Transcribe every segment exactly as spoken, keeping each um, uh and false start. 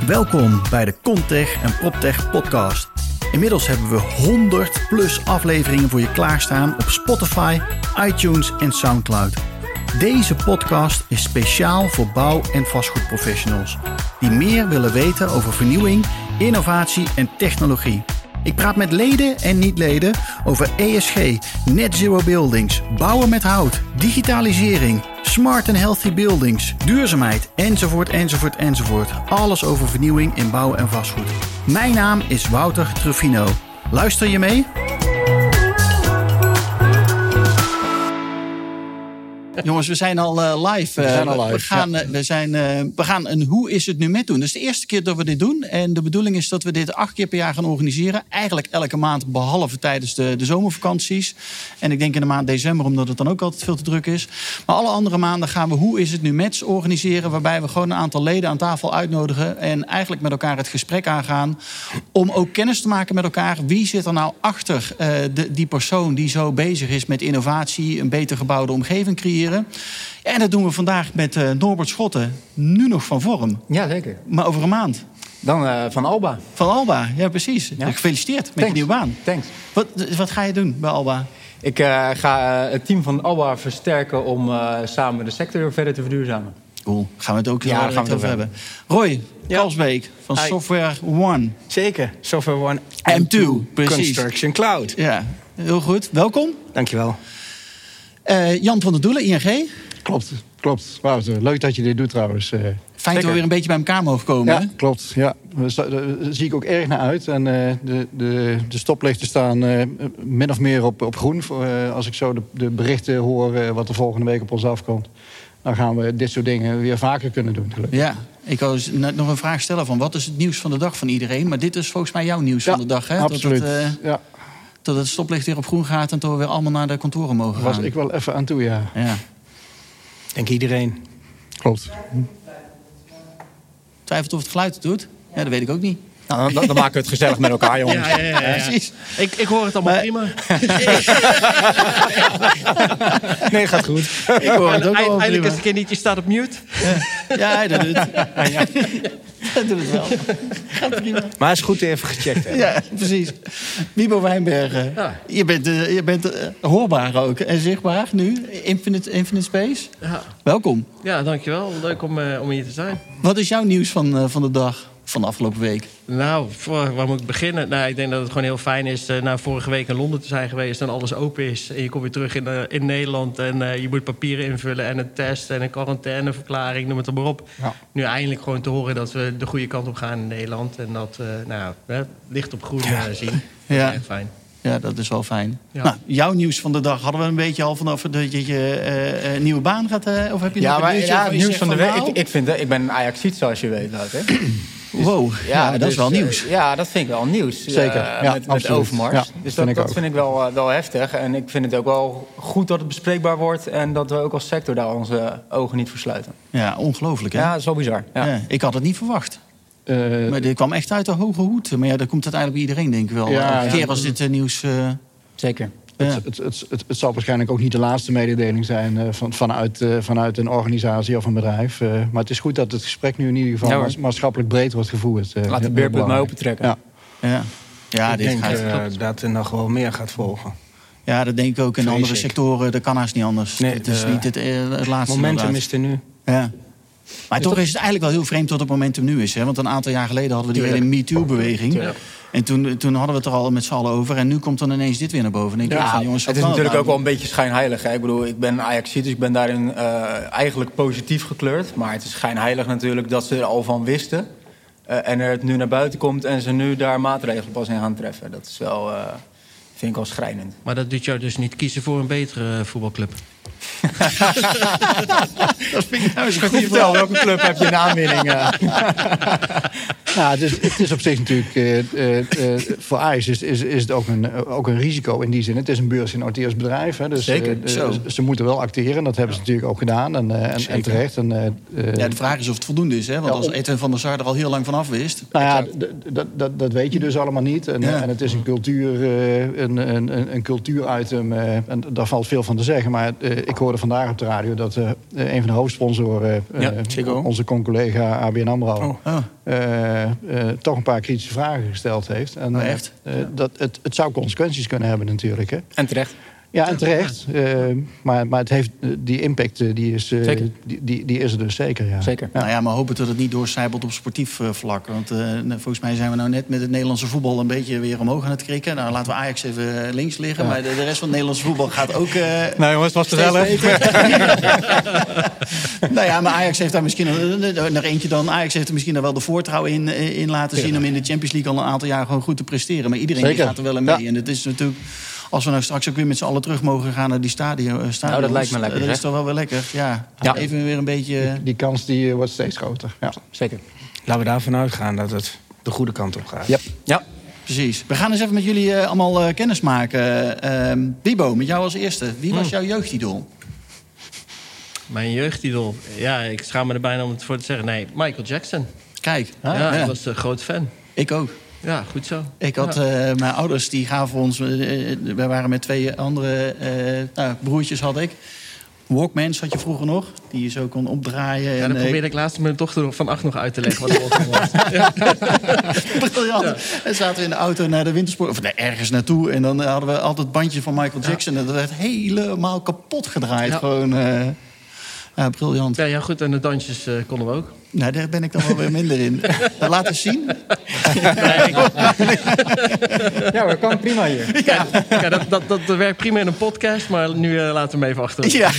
Welkom bij de Contech en PropTech podcast. Inmiddels hebben we honderd plus afleveringen voor je klaarstaan op Spotify, iTunes en Soundcloud. Deze podcast is speciaal voor bouw- en vastgoedprofessionals die meer willen weten over vernieuwing, innovatie en technologie. Ik praat met leden en niet-leden over E S G, net zero buildings, bouwen met hout, digitalisering, smart and healthy buildings, duurzaamheid, enzovoort, enzovoort, enzovoort. Alles over vernieuwing in bouw en vastgoed. Mijn naam is Wouter Truffino. Luister je mee? Jongens, we zijn al uh, live. Uh, we zijn al live. We gaan, ja. uh, we zijn, uh, we gaan een Hoe is het nu met doen. Dat is de eerste keer dat we dit doen. En de bedoeling is dat we dit acht keer per jaar gaan organiseren. Eigenlijk elke maand, behalve tijdens de, de zomervakanties. En ik denk in de maand december, omdat het dan ook altijd veel te druk is. Maar alle andere maanden gaan we Hoe is het nu met organiseren. Waarbij we gewoon een aantal leden aan tafel uitnodigen. En eigenlijk met elkaar het gesprek aangaan. Om ook kennis te maken met elkaar. Wie zit er nou achter uh, de, die persoon die zo bezig is met innovatie. Een beter gebouwde omgeving creëren. En dat doen we vandaag met uh, Norbert Schotten. Nu nog van Vorm. Ja, zeker. Maar over een maand. Dan uh, van Alba. Van Alba, ja precies. Ja. Gefeliciteerd met Thanks. je nieuwe baan. Thanks. Wat, wat ga je doen bij Alba? Ik uh, ga uh, het team van Alba versterken om uh, samen de sector verder te verduurzamen. Cool, gaan we het ook ja, gaan we het over hebben. Roy ja. Kalsbeek van Hi. Software One. Zeker, Software One M twee, precies. Construction Cloud. Ja, heel goed. Welkom. Dankjewel. Uh, Jan van der Doelen, I N G. Klopt, klopt. Wouter, leuk dat je dit doet trouwens. Uh, Fijn zeker. dat we weer een beetje bij elkaar mogen komen. Ja, hè? klopt. Ja. Daar zie ik ook erg naar uit. En uh, de, de, de stoplichten staan uh, min of meer op, op groen. Uh, als ik zo de, de berichten hoor uh, wat er volgende week op ons afkomt. Dan gaan we dit soort dingen weer vaker kunnen doen. Gelukkig. Ja, ik wou net nog een vraag stellen van wat is het nieuws van de dag van iedereen. Maar dit is volgens mij jouw nieuws ja, van de dag. Hè? Absoluut. Dat het, uh, ja. dat het stoplicht weer op groen gaat en dat we weer allemaal naar de kantoren mogen gaan. Was ik wel even aan toe, ja. Ja. Denk iedereen. Klopt. Twijfelt of het geluid het doet? Ja, dat weet ik ook niet. Nou, dan, dan maken we het gezellig met elkaar, jongens. Ja, ja, ja, ja. Precies. Ik, ik hoor het allemaal Maar- prima. Nee, gaat goed. Ik hoor het ook wel Eindelijk prima. is het een keer niet, je staat op mute. Ja, dat doet het. Dat doet het wel. Gaat prima. Maar het is goed even gecheckt. Hè? Ja, precies. Wiebo Wijnbergen, Ja. je bent, uh, je bent uh, hoorbaar ook en zichtbaar nu. Infinite, Infinite Space. Ja. Welkom. Ja, dankjewel. Leuk om, uh, om hier te zijn. Wat is jouw nieuws van, uh, van de dag, van de afgelopen week? Nou, voor, waar moet ik beginnen? Nou, ik denk dat het gewoon heel fijn is uh, nou, vorige week in Londen te zijn geweest en alles open is. En je komt weer terug in, uh, in Nederland en uh, je moet papieren invullen en een test en een quarantaineverklaring, noem het er maar op. Ja. Nu eindelijk gewoon te horen dat we de goede kant op gaan in Nederland en dat uh, nou, hè, licht op groen uh, zien. Ja. Echt fijn. Ja, dat is wel fijn. Ja. Nou, jouw nieuws van de dag hadden we een beetje al vanaf dat je je uh, uh, nieuwe baan gaat. Uh, of heb je Ja, nog een maar nieuwtje ja, waarvan het je nieuws zegt van de week. nou, Ik, ik, vind, ik ben een Ajaxiet, zoals je weet. Wouter. Wow, ja, dat dus, is wel nieuws. Uh, ja, dat vind ik wel nieuws. Zeker, Uh, ja, met, met absoluut. Overmars. Ja, dus vind dat, ik dat ook. vind ik wel, uh, wel heftig. En ik vind het ook wel goed dat het bespreekbaar wordt. En dat we ook als sector daar onze ogen niet voor sluiten. Ja, ongelooflijk hè? Ja, dat is wel bizar. Ja. Ja, ik had het niet verwacht. Uh, Maar dit kwam echt uit de hoge hoed. Maar ja, dat komt uiteindelijk bij iedereen, denk ik wel. Ja, Elke ja. keer als dit uh, nieuws... Uh, Zeker. ja. Het, het, het, het, het zal waarschijnlijk ook niet de laatste mededeling zijn uh, van, vanuit, uh, vanuit een organisatie of een bedrijf. Uh, maar het is goed dat het gesprek nu in ieder geval Ja, hoor. maats- maatschappelijk breed wordt gevoerd. Uh, Laat de heel beerput maar belangrijk. opentrekken. Ja. ja, ja ik dit denk gaat... uh, dat er nog wel meer gaat volgen. Ja, dat denk ik ook. In Vrees andere ik. sectoren, dat kan haast niet anders. Nee, het is de- niet het, uh, het laatste Momentum inderdaad. is er nu. Ja. Maar toch is het eigenlijk wel heel vreemd wat het momentum nu is. Hè? Want een aantal jaar geleden hadden we die hele MeToo-beweging. Tuurlijk. En toen, toen hadden we het er al met z'n allen over. En nu komt dan ineens dit weer naar boven. En ik denk Ja, van, jongens, het is wat kan natuurlijk ook nou? wel een beetje schijnheilig. Hè? Ik bedoel, ik ben Ajaxiet, dus ik ben daarin uh, eigenlijk positief gekleurd. Maar het is schijnheilig natuurlijk dat ze er al van wisten. Uh, en er het nu naar buiten komt en ze nu daar maatregelen pas in gaan treffen. Dat is wel, uh, vind ik wel schrijnend. Maar dat doet jou dus niet kiezen voor een betere uh, voetbalclub. Dat vind ik nou eens een goede Vertel, welke club heb je in aanbieding? Uh? Nou, het is, het is op zich natuurlijk... Uh, uh, uh, voor Ajax is, is, is het ook een, uh, ook een risico in die zin. Het is een beursgenoteerd bedrijf. Hè, dus, Zeker, uh, zo. Ze moeten wel acteren. Dat hebben ze natuurlijk ook gedaan. En, uh, en, en terecht. En, uh, uh, ja, de vraag is of het voldoende is. Hè? Want ja, als om... Edwin van der Sar er al heel lang vanaf wist... Nou ja, dat, dat, dat weet je dus allemaal niet. En, ja. en het is een cultuur, uh, een, een, een cultuuritem. Uh, en daar valt veel van te zeggen. Maar uh, ik hoorde vandaag op de radio dat uh, een van de hoofdsponsoren... Uh, ja, onze con-collega A B N AMRO... Oh. Oh. Uh, uh, toch een paar kritische vragen gesteld heeft. En, oh, echt? Uh, ja. dat, het, het zou consequenties kunnen hebben natuurlijk. Hè? En terecht. Ja, en terecht. Uh, maar, maar het heeft, die impact die is, uh, die, die, die is er dus zeker. Ja. Zeker. Ja. Nou ja, maar hopen dat het niet doorcijpelt op sportief uh, vlak. Want uh, volgens mij zijn we nou net met het Nederlandse voetbal... een beetje weer omhoog aan het krikken. Nou, laten we Ajax even links liggen. Ja. Maar de, de rest van het Nederlandse voetbal gaat ook... Uh, nou jongens, het was gezellig. Nou ja, maar Ajax heeft daar misschien nog eentje dan. Ajax heeft er misschien daar wel de voortrouw in, in laten zien... Ja. om in de Champions League al een aantal jaar gewoon goed te presteren. Maar iedereen die gaat er wel in mee. Ja. En het is natuurlijk... Als we nou straks ook weer met z'n allen terug mogen gaan naar die stadion, stadions... Nou, dat lijkt me lekker. Dat is toch wel weer lekker. Ja, ja. Even weer een beetje... Die, die kans die uh, wordt steeds groter. Ja. Zeker. Laten we daarvan uitgaan dat het de goede kant op gaat. Yep. Ja, precies. We gaan eens even met jullie uh, allemaal uh, kennis maken. Uh, Bibo, met jou als eerste. Wie was jouw jeugdidool? Mijn jeugdidool? Ja, ik schaam me er bijna om het voor te zeggen. Nee, Michael Jackson. Kijk. Ja, ja. Ik was een groot fan. Ik ook. Ja, goed zo. Ik had, ja. uh, mijn ouders die gaven ons... Uh, wij waren met twee andere uh, nou, broertjes had ik. Walkmans had je vroeger nog. Die je zo kon opdraaien. Ja, en, dat probeerde uh, ik laatst mijn dochter van acht nog uit te leggen. Wat Walkman was. Ja. Briljant. Ja. En zaten we in de auto naar de wintersport... of nee, ergens naartoe. En dan hadden we altijd het bandje van Michael Jackson. Ja. En dat werd helemaal kapot gedraaid. Ja. Gewoon... Uh, Ja, briljant. Ja, ja, goed. En de dansjes uh, konden we ook. Nou, daar ben ik dan wel weer minder in. Nou, laat eens zien. Nee, ik... Ja, dat kan prima hier. Ja, ja dat, dat, dat werkt prima in een podcast, maar nu uh, laten we hem even achter. Ja.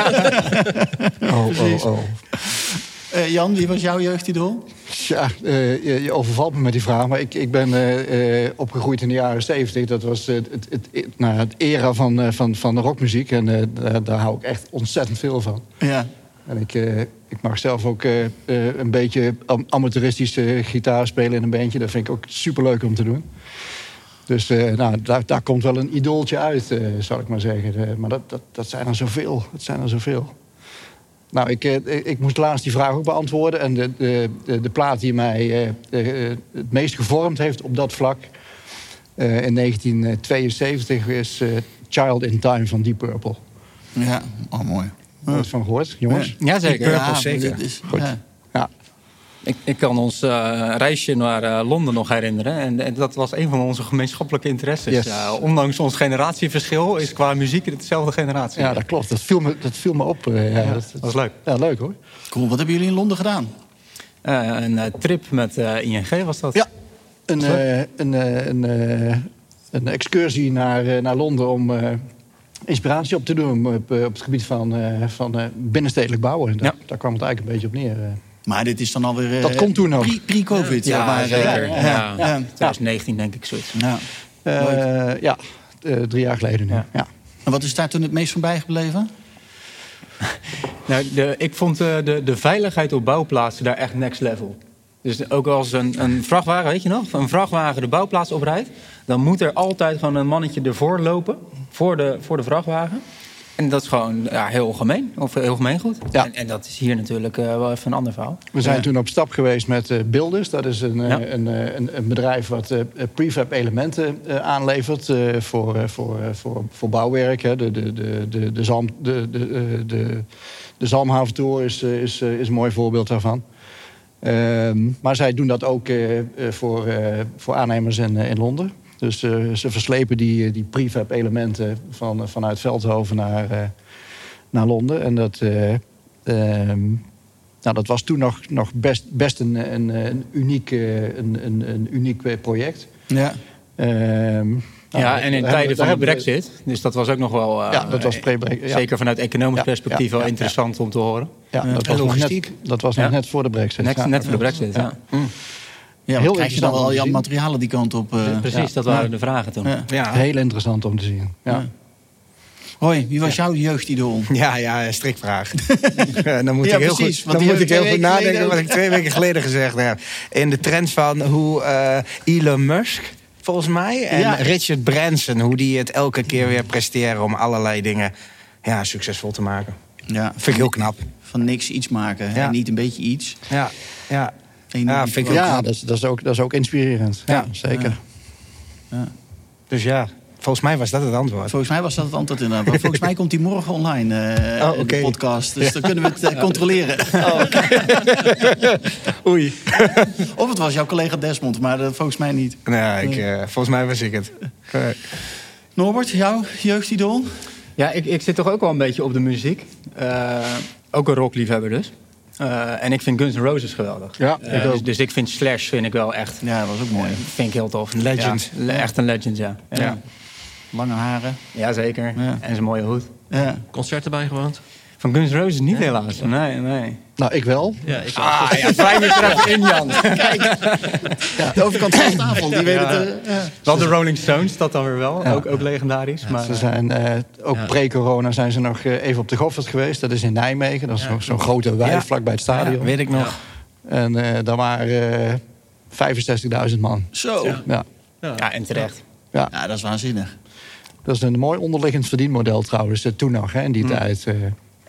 oh, oh, oh. Uh, Jan, wie was jouw jeugdidool? Ja, uh, je, je overvalt me met die vraag. Maar ik, ik ben uh, uh, opgegroeid in de jaren zeventig. Dat was uh, het, het, het, nou, het era van, uh, van, van de rockmuziek. En uh, daar, daar hou ik echt ontzettend veel van. Ja. En ik, uh, ik mag zelf ook uh, uh, een beetje amateuristisch uh, gitaar spelen in een bandje. Dat vind ik ook superleuk om te doen. Dus uh, nou, daar, daar komt wel een idooltje uit, uh, zal ik maar zeggen. Uh, maar dat, dat, dat zijn er zoveel. Dat zijn er zoveel. Nou, ik, ik moest laatst die vraag ook beantwoorden. En de, de, de, de plaat die mij uh, uh, het meest gevormd heeft op dat vlak... Uh, in negentien tweeënzeventig is uh, Child in Time van Deep Purple. Ja, oh mooi. Heb je er van gehoord, jongens? Ja, zeker. Deep Purple, ja, zeker. Is, Goed. Ja. Ja. Ik, ik kan ons uh, reisje naar uh, Londen nog herinneren. En, en dat was een van onze gemeenschappelijke interesses. Yes. Uh, ondanks ons generatieverschil is qua muziek hetzelfde generatie. Ja, dat klopt. Dat viel me, dat viel me op. Uh, ja, ja, dat, dat was leuk. Ja, leuk hoor. Cool. Wat hebben jullie in Londen gedaan? Uh, een uh, trip met uh, I N G was dat. Ja, een, uh, een, uh, een, uh, een excursie naar, uh, naar Londen om uh, inspiratie op te doen op, uh, op het gebied van, uh, van uh, binnenstedelijk bouwen. Daar, ja. daar kwam het eigenlijk een beetje op neer. Uh. Maar dit is dan alweer... Uh, dat komt toen nog. Pre-COVID. Ja, maar, zeker. Uh, ja, ja. ja. Ja. twintig negentien denk ik zoiets. Ja, uh, ja uh, drie jaar geleden nu. Ja. Ja. En wat is daar toen het meest van bijgebleven? Nou, de, ik vond uh, de, de veiligheid op bouwplaatsen daar echt next level. Dus ook als een, een vrachtwagen, weet je nog? Een vrachtwagen de bouwplaats oprijdt... dan moet er altijd gewoon een mannetje ervoor lopen... voor de, voor de vrachtwagen. En dat is gewoon ja, heel gemeen, of heel gemeengoed. Ja. En, en dat is hier natuurlijk uh, wel even een ander verhaal. We zijn ja. toen op stap geweest met uh, Builders. Dat is een, ja. uh, een, een, een bedrijf wat uh, prefab elementen uh, aanlevert... Uh, voor, uh, voor, uh, voor, voor bouwwerk. Hè. De, de, de, de, de, Zalm, de, de, uh, de, de Zalmhaventoren is, uh, is, uh, is een mooi voorbeeld daarvan. Uh, maar zij doen dat ook uh, uh, voor, uh, voor aannemers in, uh, in Londen. Dus uh, ze verslepen die, die prefab elementen van, vanuit Veldhoven naar, uh, naar Londen. En dat, uh, um, nou, dat was toen nog, nog best, best een, een, een, uniek, uh, een, een, een uniek project. Ja. Um, Nou, ja, en in tijden van de brexit. Dus dat was ook nog wel... Uh, ja, dat was pre-brexit. Ja. Zeker vanuit economisch ja, perspectief ja, ja, wel interessant ja. om te horen. Ja, dat was logistiek. Nog net, dat was nog ja. net voor de brexit. Net, ja. net voor de brexit, ja. ja. Mm. Ja, heel krijg je dan wel al je materialen die kant op? Uh, Precies, ja. dat waren ja. de vragen toen. Ja. Ja. Heel interessant om te zien. Ja. Ja. Hoi, wie was jouw jeugdidool? Ja, ja, strikvraag. dan moet Ja, ik heel precies, goed, want dan die moet heb ik je heel twee goed weken nadenken geleden wat ik twee weken geleden gezegd heb. In de trend van hoe uh, Elon Musk, volgens mij, en Ja. Richard Branson, hoe die het elke keer weer presteren om allerlei dingen ja, succesvol te maken. Ja, Vind ik heel knap. van niks iets maken. Ja. En niet een beetje iets. Ja, ja. Enorm Ja, iets vind ik groot. Ja, dat is, dat, is ook, dat is ook inspirerend. Ja, Ja. zeker. Dus ja, volgens mij was dat het antwoord. Volgens mij was dat het antwoord inderdaad. Maar volgens mij komt die morgen online, uh, Oh, oké. de podcast. Dus dan kunnen we het uh, controleren. Oei. Of het was jouw collega Desmond, maar dat volgens mij niet. Nee, ik, uh, volgens mij was ik het. Nee. Norbert, jouw jeugdidool? Ja, ik, ik zit toch ook wel een beetje op de muziek. Uh, ook een rockliefhebber dus. Uh, en ik vind Guns N' Roses geweldig. Ja, Uh, ik ook. dus, dus ik vind Slash vind ik wel echt... Ja, dat was ook mooi. uh, vind ik heel tof. Een legend. Ja, le- echt een legend, ja. Ja, Ja. Lange haren. ja zeker. Ja. En zijn mooie hoed. Ja. Concerten bijgewoond? Van Guns N' Roses niet helaas. Nee, nee. Nou, ik wel. Ja, ik Ah ja, wrijf je er even in, Jan. Ja, de overkant van de tafel, die weet het. Uh, ja. Wel de Rolling Stones, dat dan weer wel. Ja. Ook, ook legendarisch. maar, Ze zijn, eh, ook Ja. pre-corona zijn ze nog eh, even op de Goffert geweest. Dat is in Nijmegen. Dat is Ja. zo- zo'n grote wei Ja. vlakbij het stadion. Ja, weet ik nog. En eh daar waren eh, vijfenzestigduizend man. Zo. Ja. Ja. ja, en terecht. Ja. Ja, dat is waanzinnig. Dat is een mooi onderliggend verdienmodel trouwens. eh, Toen nog, hè, in die tijd. eh.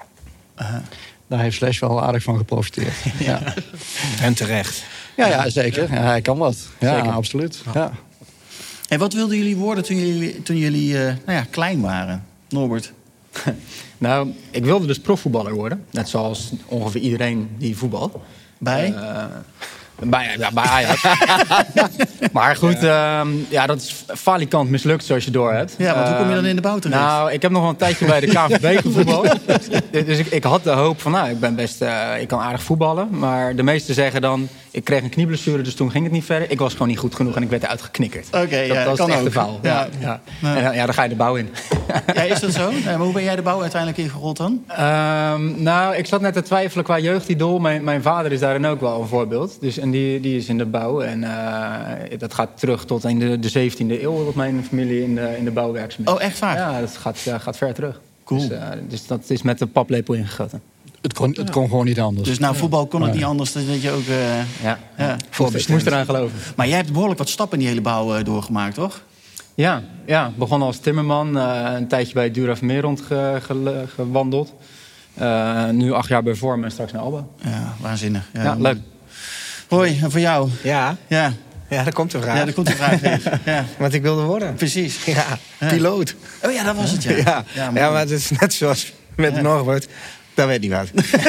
Daar heeft Slash wel aardig van geprofiteerd. ja. En terecht. Ja, ja, zeker. Ja, hij kan wat. Ja, Zeker. absoluut. Ja. En wat wilden jullie worden toen jullie, toen jullie uh, nou ja, klein waren? Norbert? Nou, ik wilde dus profvoetballer worden. Net zoals ongeveer iedereen die voetbalt. Bij? Uh, bij, ja, bij Ajax. Maar goed, ja. Uh, ja, dat is falikant mislukt zoals je door hebt. Ja, want hoe kom je dan Uh, in de bouw terecht? Nou, ik heb nog wel een tijdje bij de K N V B gevoetbald. Dus ik, ik had de hoop van, nou, ik ben best, uh, ik kan aardig voetballen. Maar de meesten zeggen dan, ik kreeg een knieblessure, dus toen ging het niet verder. Ik was gewoon niet goed genoeg en ik werd eruit geknikkerd. Oké, okay, dat, ja, dat is kan het echte ook. verhaal. Ja. Ja. Ja. En, ja, dan ga je de bouw in. Ja, is dat zo? Nee, maar hoe ben jij de bouw uiteindelijk ingerold dan? Um, nou, ik zat net te twijfelen qua jeugdidool. Mijn, mijn vader is daarin ook wel een voorbeeld. Dus, en die, die is in de bouw. En uh, dat gaat terug tot in de, de zeventiende eeuw... dat mijn familie in de, in de bouw werkzaam is. Oh, echt waar? Ja, dat gaat, uh, gaat ver terug. Cool. Dus, uh, dus dat is met de paplepel ingegoten. Het, kon, het kon gewoon niet anders. Dus na voetbal kon het Nee. niet anders dan dat je ook... Uh, Ja, ja. ik moest eraan geloven. Maar jij hebt behoorlijk wat stappen in die hele bouw uh, doorgemaakt, toch? Ja, ja, begon als timmerman. Uh, een tijdje bij Dura Meer rond ge, ge, gewandeld. Uh, nu acht jaar bij Vorm en straks naar Alba. Ja, waanzinnig. Ja, Ja, leuk. Hoi, en voor jou? Ja, Ja, ja daar komt de vraag. ja daar komt de vraag in. Ja, Wat ik wilde worden. precies. Ja, piloot. Oh ja, dat was het, ja. Ja, Ja, ja, mooi. maar het is net zoals met Ja. Norbert. Dat weet niet wat.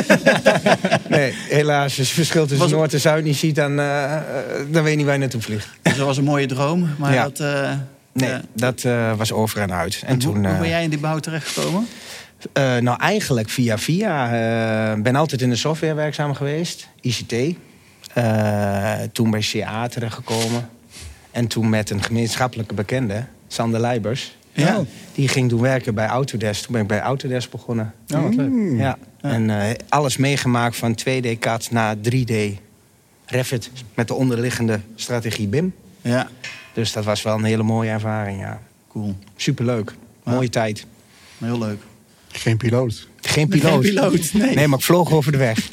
Nee, helaas. Als je het verschil tussen Was het- Noord en Zuid niet ziet, dan, uh, dan weet je niet waar je naartoe vliegt. Dus dat was een mooie droom, maar Ja. dat... Uh, Nee, ja. dat uh, was over en uit. En En toen, hoe, hoe uh, ben jij in die bouw terechtgekomen? uh, nou, eigenlijk via via. Ik ben altijd in de software werkzaam geweest. I C T. Uh, toen bij C A terechtgekomen. En toen met een gemeenschappelijke bekende, Sander Leibers. Ja. Die ging toen werken bij Autodesk. Toen ben ik bij Autodesk begonnen. Oh, wat leuk. Ja. En uh, alles meegemaakt van twee D C A D naar drie D Revit. Met de onderliggende strategie B I M. Ja, Dus dat was wel een hele mooie ervaring, ja. cool. Superleuk. Ja. Mooie tijd. Heel leuk. Geen piloot. Geen piloot. Geen piloot, nee. Nee, maar ik vloog over de weg.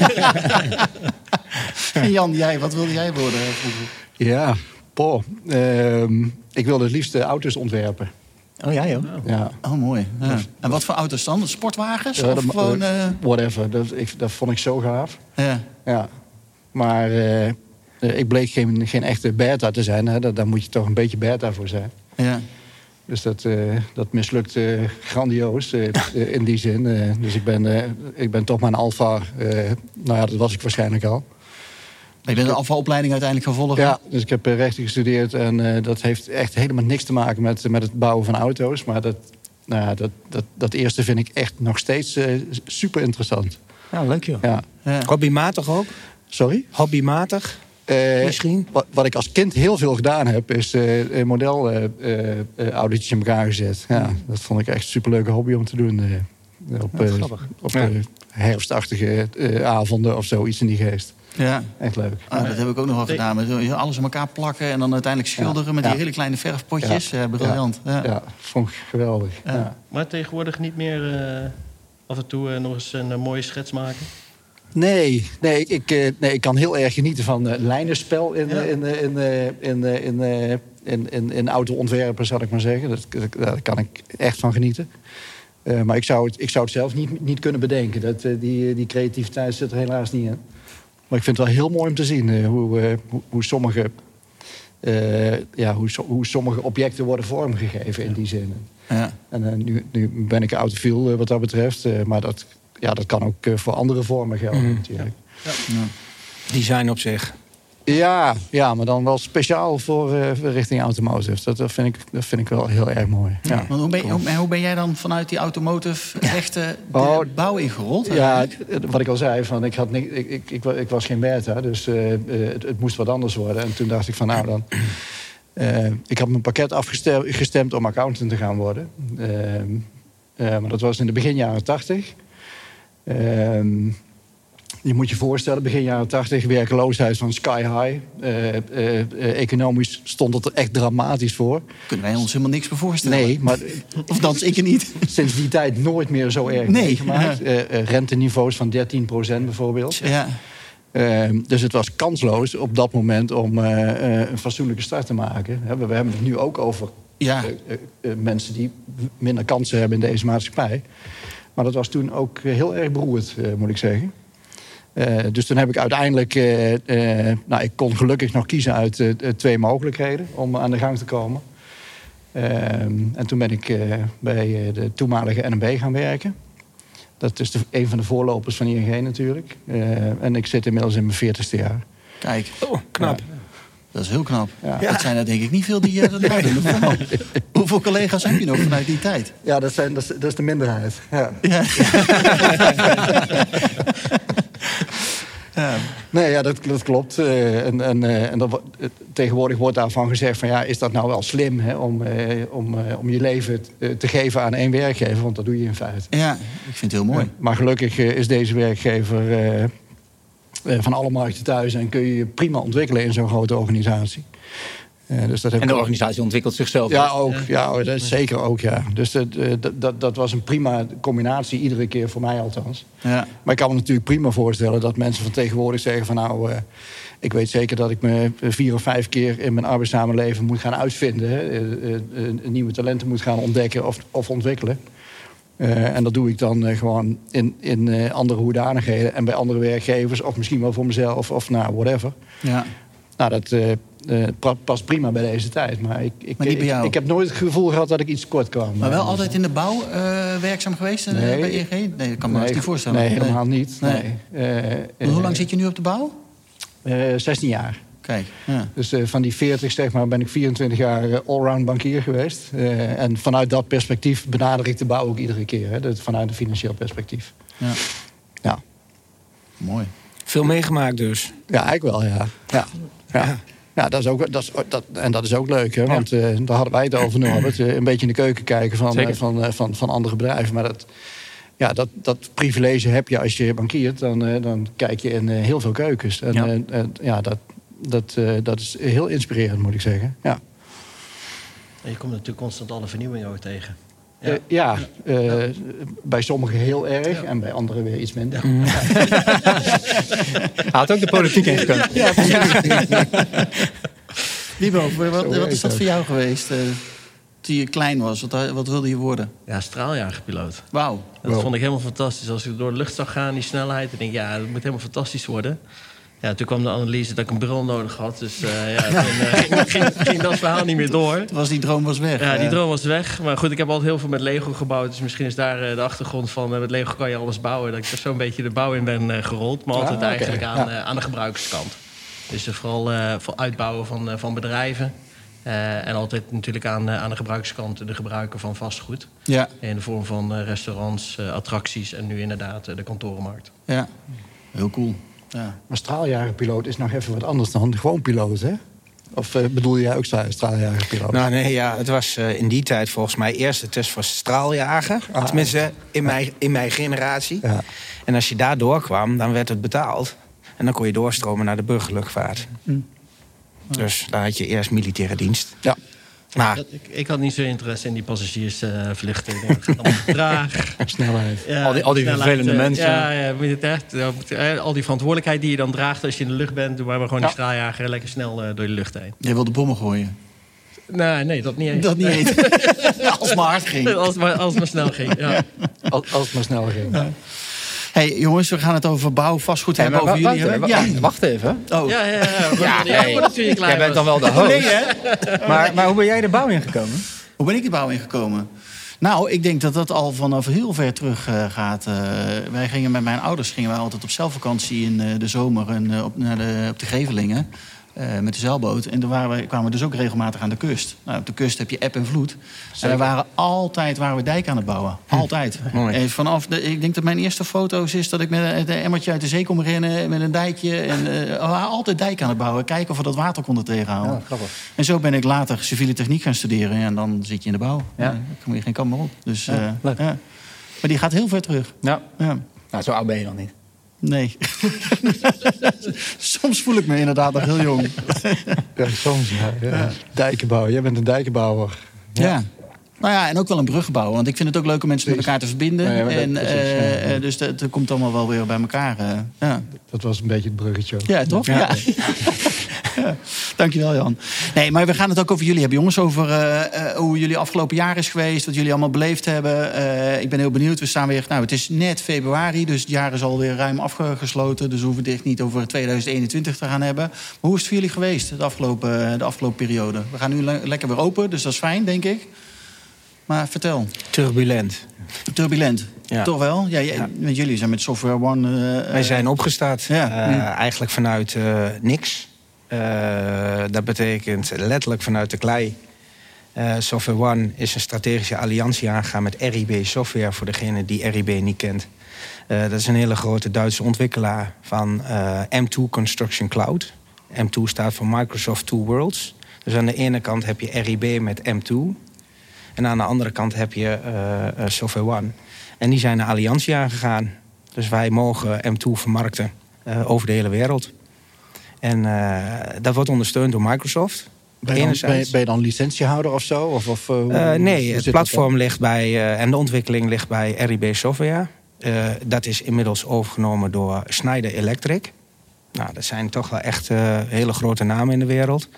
En Jan, jij, wat wilde jij worden vroeger? Ja, poh. Ehm, ik wilde het liefst uh, auto's ontwerpen. Oh ja, joh. Ja. Oh, mooi. Ja. En wat voor auto's dan? Sportwagens? Ja, of dat- gewoon... uh, Uh... Whatever. Dat, ik, dat vond ik zo gaaf. Ja. Ja. Maar uh, ik bleek geen, geen echte beta te zijn. Hè. Daar, daar moet je toch een beetje beta voor zijn. Ja. Dus dat, uh, dat mislukt uh, grandioos uh, in die zin. Uh, dus ik ben, uh, ik ben toch maar een alfa. Uh, nou ja, dat was ik waarschijnlijk al. Je bent de afvalopleiding uiteindelijk gaan volgen? Ja, dus ik heb uh, rechten gestudeerd. En uh, dat heeft echt helemaal niks te maken met, met het bouwen van auto's. Maar dat, nou ja, dat, dat, dat eerste vind ik echt nog steeds uh, super interessant. Ja, leuk joh. Ja. Ja. Hobbymatig ook? Sorry? Hobbymatig? Uh, Misschien? Wat, wat ik als kind heel veel gedaan heb, is uh, model-autootjes uh, uh, in elkaar gezet. Ja, dat vond ik echt een superleuke hobby om te doen. Uh, op, Ja, uh, grappig. op Ja. uh, herfstachtige uh, avonden of zo, iets in die geest. Ja. Echt leuk. Ah, dat heb ik ook nog wel gedaan. Met alles in elkaar plakken en dan uiteindelijk schilderen ja. met die ja. hele kleine verfpotjes. Ja. Uh, briljant. Ja. Ja. ja, vond ik geweldig. Ja. Ja. Maar tegenwoordig niet meer uh, af en toe uh, nog eens een uh, mooie schets maken? Nee, nee, ik, uh, nee, ik kan heel erg genieten van uh, lijnenspel in, ja. in, in, uh, in, uh, in, uh, in, in, in auto-ontwerpen, zal ik maar zeggen. Dat, dat, daar kan ik echt van genieten. Uh, maar ik zou het, ik zou het zelf niet, niet kunnen bedenken. Dat, uh, die, die creativiteit zit er helaas niet in. Maar ik vind het wel heel mooi om te zien uh, hoe, uh, hoe, hoe, sommige, uh, ja, hoe, so, hoe sommige objecten worden vormgegeven in die zin. Ja. En uh, nu, nu ben ik autofiel uh, wat dat betreft. Uh, maar dat, ja, dat kan ook uh, voor andere vormen gelden mm. natuurlijk. Ja. Ja. Design op zich. Ja, ja, maar dan wel speciaal voor uh, richting automotive. Dat, dat, vind ik, dat vind ik wel heel erg mooi. Ja. Ja. Maar hoe, ben je, hoe, hoe ben jij dan vanuit die automotive rechten de oh, bouw ingerold? Ja, wat ik al zei, van, ik, had ik, ik, ik, ik was geen Bertha, dus uh, het, het moest wat anders worden. En toen dacht ik van nou dan... Uh, ik had mijn pakket afgestemd om accountant te gaan worden. Uh, uh, maar dat was in de begin jaren tachtig. Uh, Je moet je voorstellen, begin jaren tachtig, werkloosheid van sky high. Uh, uh, uh, economisch stond het er echt dramatisch voor. Kunnen wij ons helemaal niks meer voorstellen? Nee, maar... Of dat ik er niet. Sinds die tijd nooit meer zo erg nee. meegemaakt. Uh, uh, renteniveaus van dertien procent bijvoorbeeld. Ja. Uh, dus het was kansloos op dat moment om uh, uh, een fatsoenlijke start te maken. We, we hebben het nu ook over ja. uh, uh, uh, mensen die minder kansen hebben in deze maatschappij. Maar dat was toen ook heel erg beroerd, uh, moet ik zeggen. Uh, dus toen heb ik uiteindelijk... Uh, uh, nou, ik kon gelukkig nog kiezen uit uh, twee mogelijkheden om aan de gang te komen. Uh, en toen ben ik uh, bij uh, de toenmalige N M B gaan werken. Dat is de, een van de voorlopers van I N G natuurlijk. Uh, en ik zit inmiddels in mijn veertigste jaar. Kijk. Oh, knap. Ja. Dat is heel knap. Ja. Dat zijn er denk ik niet veel die uh, dat doen. Hoeveel collega's heb je nog vanuit die tijd? Ja, dat, zijn, dat, is, dat is de minderheid. Ja. Ja. Ja. Nee, ja, dat, dat klopt. Uh, en en, uh, en dat, uh, tegenwoordig wordt daarvan gezegd van ja, is dat nou wel slim hè, om, uh, om, uh, om je leven t, uh, te geven aan één werkgever? Want dat doe je in feite. Ja, ik vind het heel mooi. Uh, maar gelukkig uh, is deze werkgever uh, uh, van alle markten thuis en kun je je prima ontwikkelen in zo'n grote organisatie. Uh, dus dat heb en de ik organisatie ontwikkelt zichzelf. Ja, ook. Ja, ja dat is zeker ook, ja. Dus dat, dat, dat was een prima combinatie, iedere keer voor mij althans. Ja. Maar ik kan me natuurlijk prima voorstellen dat mensen van tegenwoordig zeggen van nou... Uh, ik weet zeker dat ik me vier of vijf keer in mijn arbeidszame leven moet gaan uitvinden. Hè, uh, uh, nieuwe talenten moet gaan ontdekken of, of ontwikkelen. Uh, en dat doe ik dan uh, gewoon in, in uh, andere hoedanigheden en bij andere werkgevers. Of misschien wel voor mezelf of nou, whatever. Ja. Nou, dat... Uh, Uh, past prima bij deze tijd. Maar, ik, ik, maar niet bij jou. Ik, ik heb nooit het gevoel gehad dat ik iets kort kwam. Maar wel altijd in de bouw uh, werkzaam geweest uh, nee. bij I N G? Nee, dat kan me nee, niet voorstellen. Nee, helemaal nee. niet. Nee. Nee. Uh, uh, hoe lang zit je nu op de bouw? Uh, zestien jaar. Kijk. Ja. Dus uh, van die veertig zeg maar, ben ik vierentwintig jaar uh, allround bankier geweest. Uh, en vanuit dat perspectief benader ik de bouw ook iedere keer. Hè, dat, vanuit een financieel perspectief. Ja. Ja. Mooi. Veel meegemaakt dus. Ja, eigenlijk wel, ja. Ja. ja. ja. Ja, dat is ook, dat is, dat, en dat is ook leuk, hè? Want uh, daar hadden wij het over Norbert. Uh, een beetje in de keuken kijken van, uh, van, uh, van, van andere bedrijven. Maar dat, ja, dat, dat privilege heb je als je bankiert. Dan, uh, dan kijk je in uh, heel veel keukens. En ja, uh, uh, ja dat, dat, uh, dat is heel inspirerend, moet ik zeggen. Ja. En je komt natuurlijk constant alle vernieuwingen ook tegen. Ja, uh, ja, uh, ja, bij sommigen heel erg ja. en bij anderen weer iets minder. Ja. Hij had ook de politiek ingekund. Ja, Wiebo, wat, wat is dat voor jou geweest uh, toen je klein was? Wat, wat wilde je worden? Ja, straaljagerpiloot. Wauw. Dat wow. vond ik helemaal fantastisch. Als ik door de lucht zag gaan, die snelheid, dan denk ik, ja, dat moet helemaal fantastisch worden. Ja, toen kwam de analyse dat ik een bril nodig had. Dus uh, ja, toen uh, ging, ging, ging dat verhaal niet meer door. Toen was die droom was weg. Ja, die droom was weg. Maar goed, ik heb altijd heel veel met Lego gebouwd. Dus misschien is daar uh, de achtergrond van... Uh, met Lego kan je alles bouwen. Dat ik er zo'n beetje de bouw in ben uh, gerold. Maar altijd ah, okay. eigenlijk aan, ja. uh, aan de gebruikerskant. Dus uh, vooral uh, voor uitbouwen van, uh, van bedrijven. Uh, en altijd natuurlijk aan, uh, aan de gebruikerskant de gebruiker van vastgoed. Ja. In de vorm van uh, restaurants, uh, attracties en nu inderdaad uh, de kantorenmarkt. Ja, heel cool. Ja. Maar straaljagerpiloot is nog even wat anders dan gewoon piloot, hè? Of uh, bedoel jij ook straaljagerpiloot? Nou nee, ja, het was uh, in die tijd volgens mij eerst de test voor straaljager. Ah, Tenminste, in mijn, in mijn generatie. Ja. En als je daar doorkwam, dan werd het betaald. En dan kon je doorstromen naar de burgerluchtvaart. Mm. Dus daar had je eerst militaire dienst. Ja. Maar ik, ik had niet zo interesse in die passagiersvluchten. Uh, het gaat allemaal traag. Snelheid. Ja, al die, al die snelheid, vervelende uh, mensen. Ja, ja, moet je het echt, uh, al die verantwoordelijkheid die je dan draagt als je in de lucht bent. Doe maar gewoon ja. die straaljager lekker snel uh, door de lucht heen. Jij wilde bommen gooien? Nee, nee, dat niet eens. Dat niet nee. eens. Als het maar hard ging. Als het maar, als het maar snel ging, ja. Als, als het maar snel ging. Ja. Hey jongens, we gaan het over bouw, vastgoed hey, hebben. Over wacht, jullie wacht, hebben. Ja. Wacht even. Oh. Ja, ja, ja. ja, ja, nee. ja nee. Jij bent dan wel de host. Nee, hè? maar, maar hoe ben jij de bouw ingekomen? Hoe ben ik de bouw ingekomen? Nou, ik denk dat dat al vanaf heel ver terug uh, gaat. Uh, wij gingen met mijn ouders gingen wij altijd op zelfvakantie in uh, de zomer en, uh, op, naar de, op de Grevelingen. Uh, met de zeilboot. En daar waren we, kwamen we dus ook regelmatig aan de kust. Nou, op de kust heb je eb en vloed. Zeker. En we waren altijd waren we dijk aan het bouwen. Altijd. Hm. En vanaf de, ik denk dat mijn eerste foto's is dat ik met een emmertje uit de zee kom rennen met een dijkje. En uh, we waren altijd dijk aan het bouwen. Kijken of we dat water konden tegenhouden. Ja, grappig. En zo ben ik later civiele techniek gaan studeren. En dan zit je in de bouw. Ja. Ja, dan kom je geen kant meer op. Dus, ja, uh, leuk. Ja. Maar die gaat heel ver terug. Ja. Ja. Nou, zo oud ben je dan niet. Nee. Soms voel ik me inderdaad nog heel jong. Ja, soms, ja. ja. ja. Dijkenbouwer. Jij bent een dijkenbouwer. Ja. ja. Nou ja, en ook wel een bruggenbouwer. Want ik vind het ook leuk om mensen met elkaar te verbinden. Ja, ja, en, precies, uh, ja, ja. Dus dat, dat komt allemaal wel weer bij elkaar. Uh, ja. Dat was een beetje het bruggetje ook. Ja, toch? Ja. Ja. Ja. Dankjewel, Jan. Nee, maar we gaan het ook over jullie hebben, jongens. Over uh, uh, hoe jullie afgelopen jaar is geweest. Wat jullie allemaal beleefd hebben. Uh, ik ben heel benieuwd. We staan weer... Nou, het is net februari. Dus het jaar is alweer ruim afgesloten. Dus we hoeven dit niet over tweeduizend eenentwintig te gaan hebben. Maar hoe is het voor jullie geweest de afgelopen, de afgelopen periode? We gaan nu le- lekker weer open. Dus dat is fijn, denk ik. Maar vertel. Turbulent. Turbulent. Ja. Toch wel? Ja, jij, ja. Met jullie zijn met Software One... Uh, Wij zijn opgestart. Ja. Uh, ja. Eigenlijk vanuit uh, niks. Uh, dat betekent letterlijk vanuit de klei. Uh, Software One is een strategische alliantie aangegaan met R I B Software... voor degene die R I B niet kent. Uh, dat is een hele grote Duitse ontwikkelaar van uh, M twee Construction Cloud. M twee staat voor Microsoft Two Worlds. Dus aan de ene kant heb je R I B met M twee... en aan de andere kant heb je uh, Software One. En die zijn een alliantie aangegaan. Dus wij mogen M twee vermarkten uh, over de hele wereld. En uh, dat wordt ondersteund door Microsoft. Ben je, dan, ben, je, ben je dan licentiehouder of zo? Of, of, uh, hoe, uh, nee, hoe het platform ligt bij uh, en de ontwikkeling ligt bij R I B Software. Uh, dat is inmiddels overgenomen door Schneider Electric. Nou, dat zijn toch wel echt uh, hele grote namen in de wereld.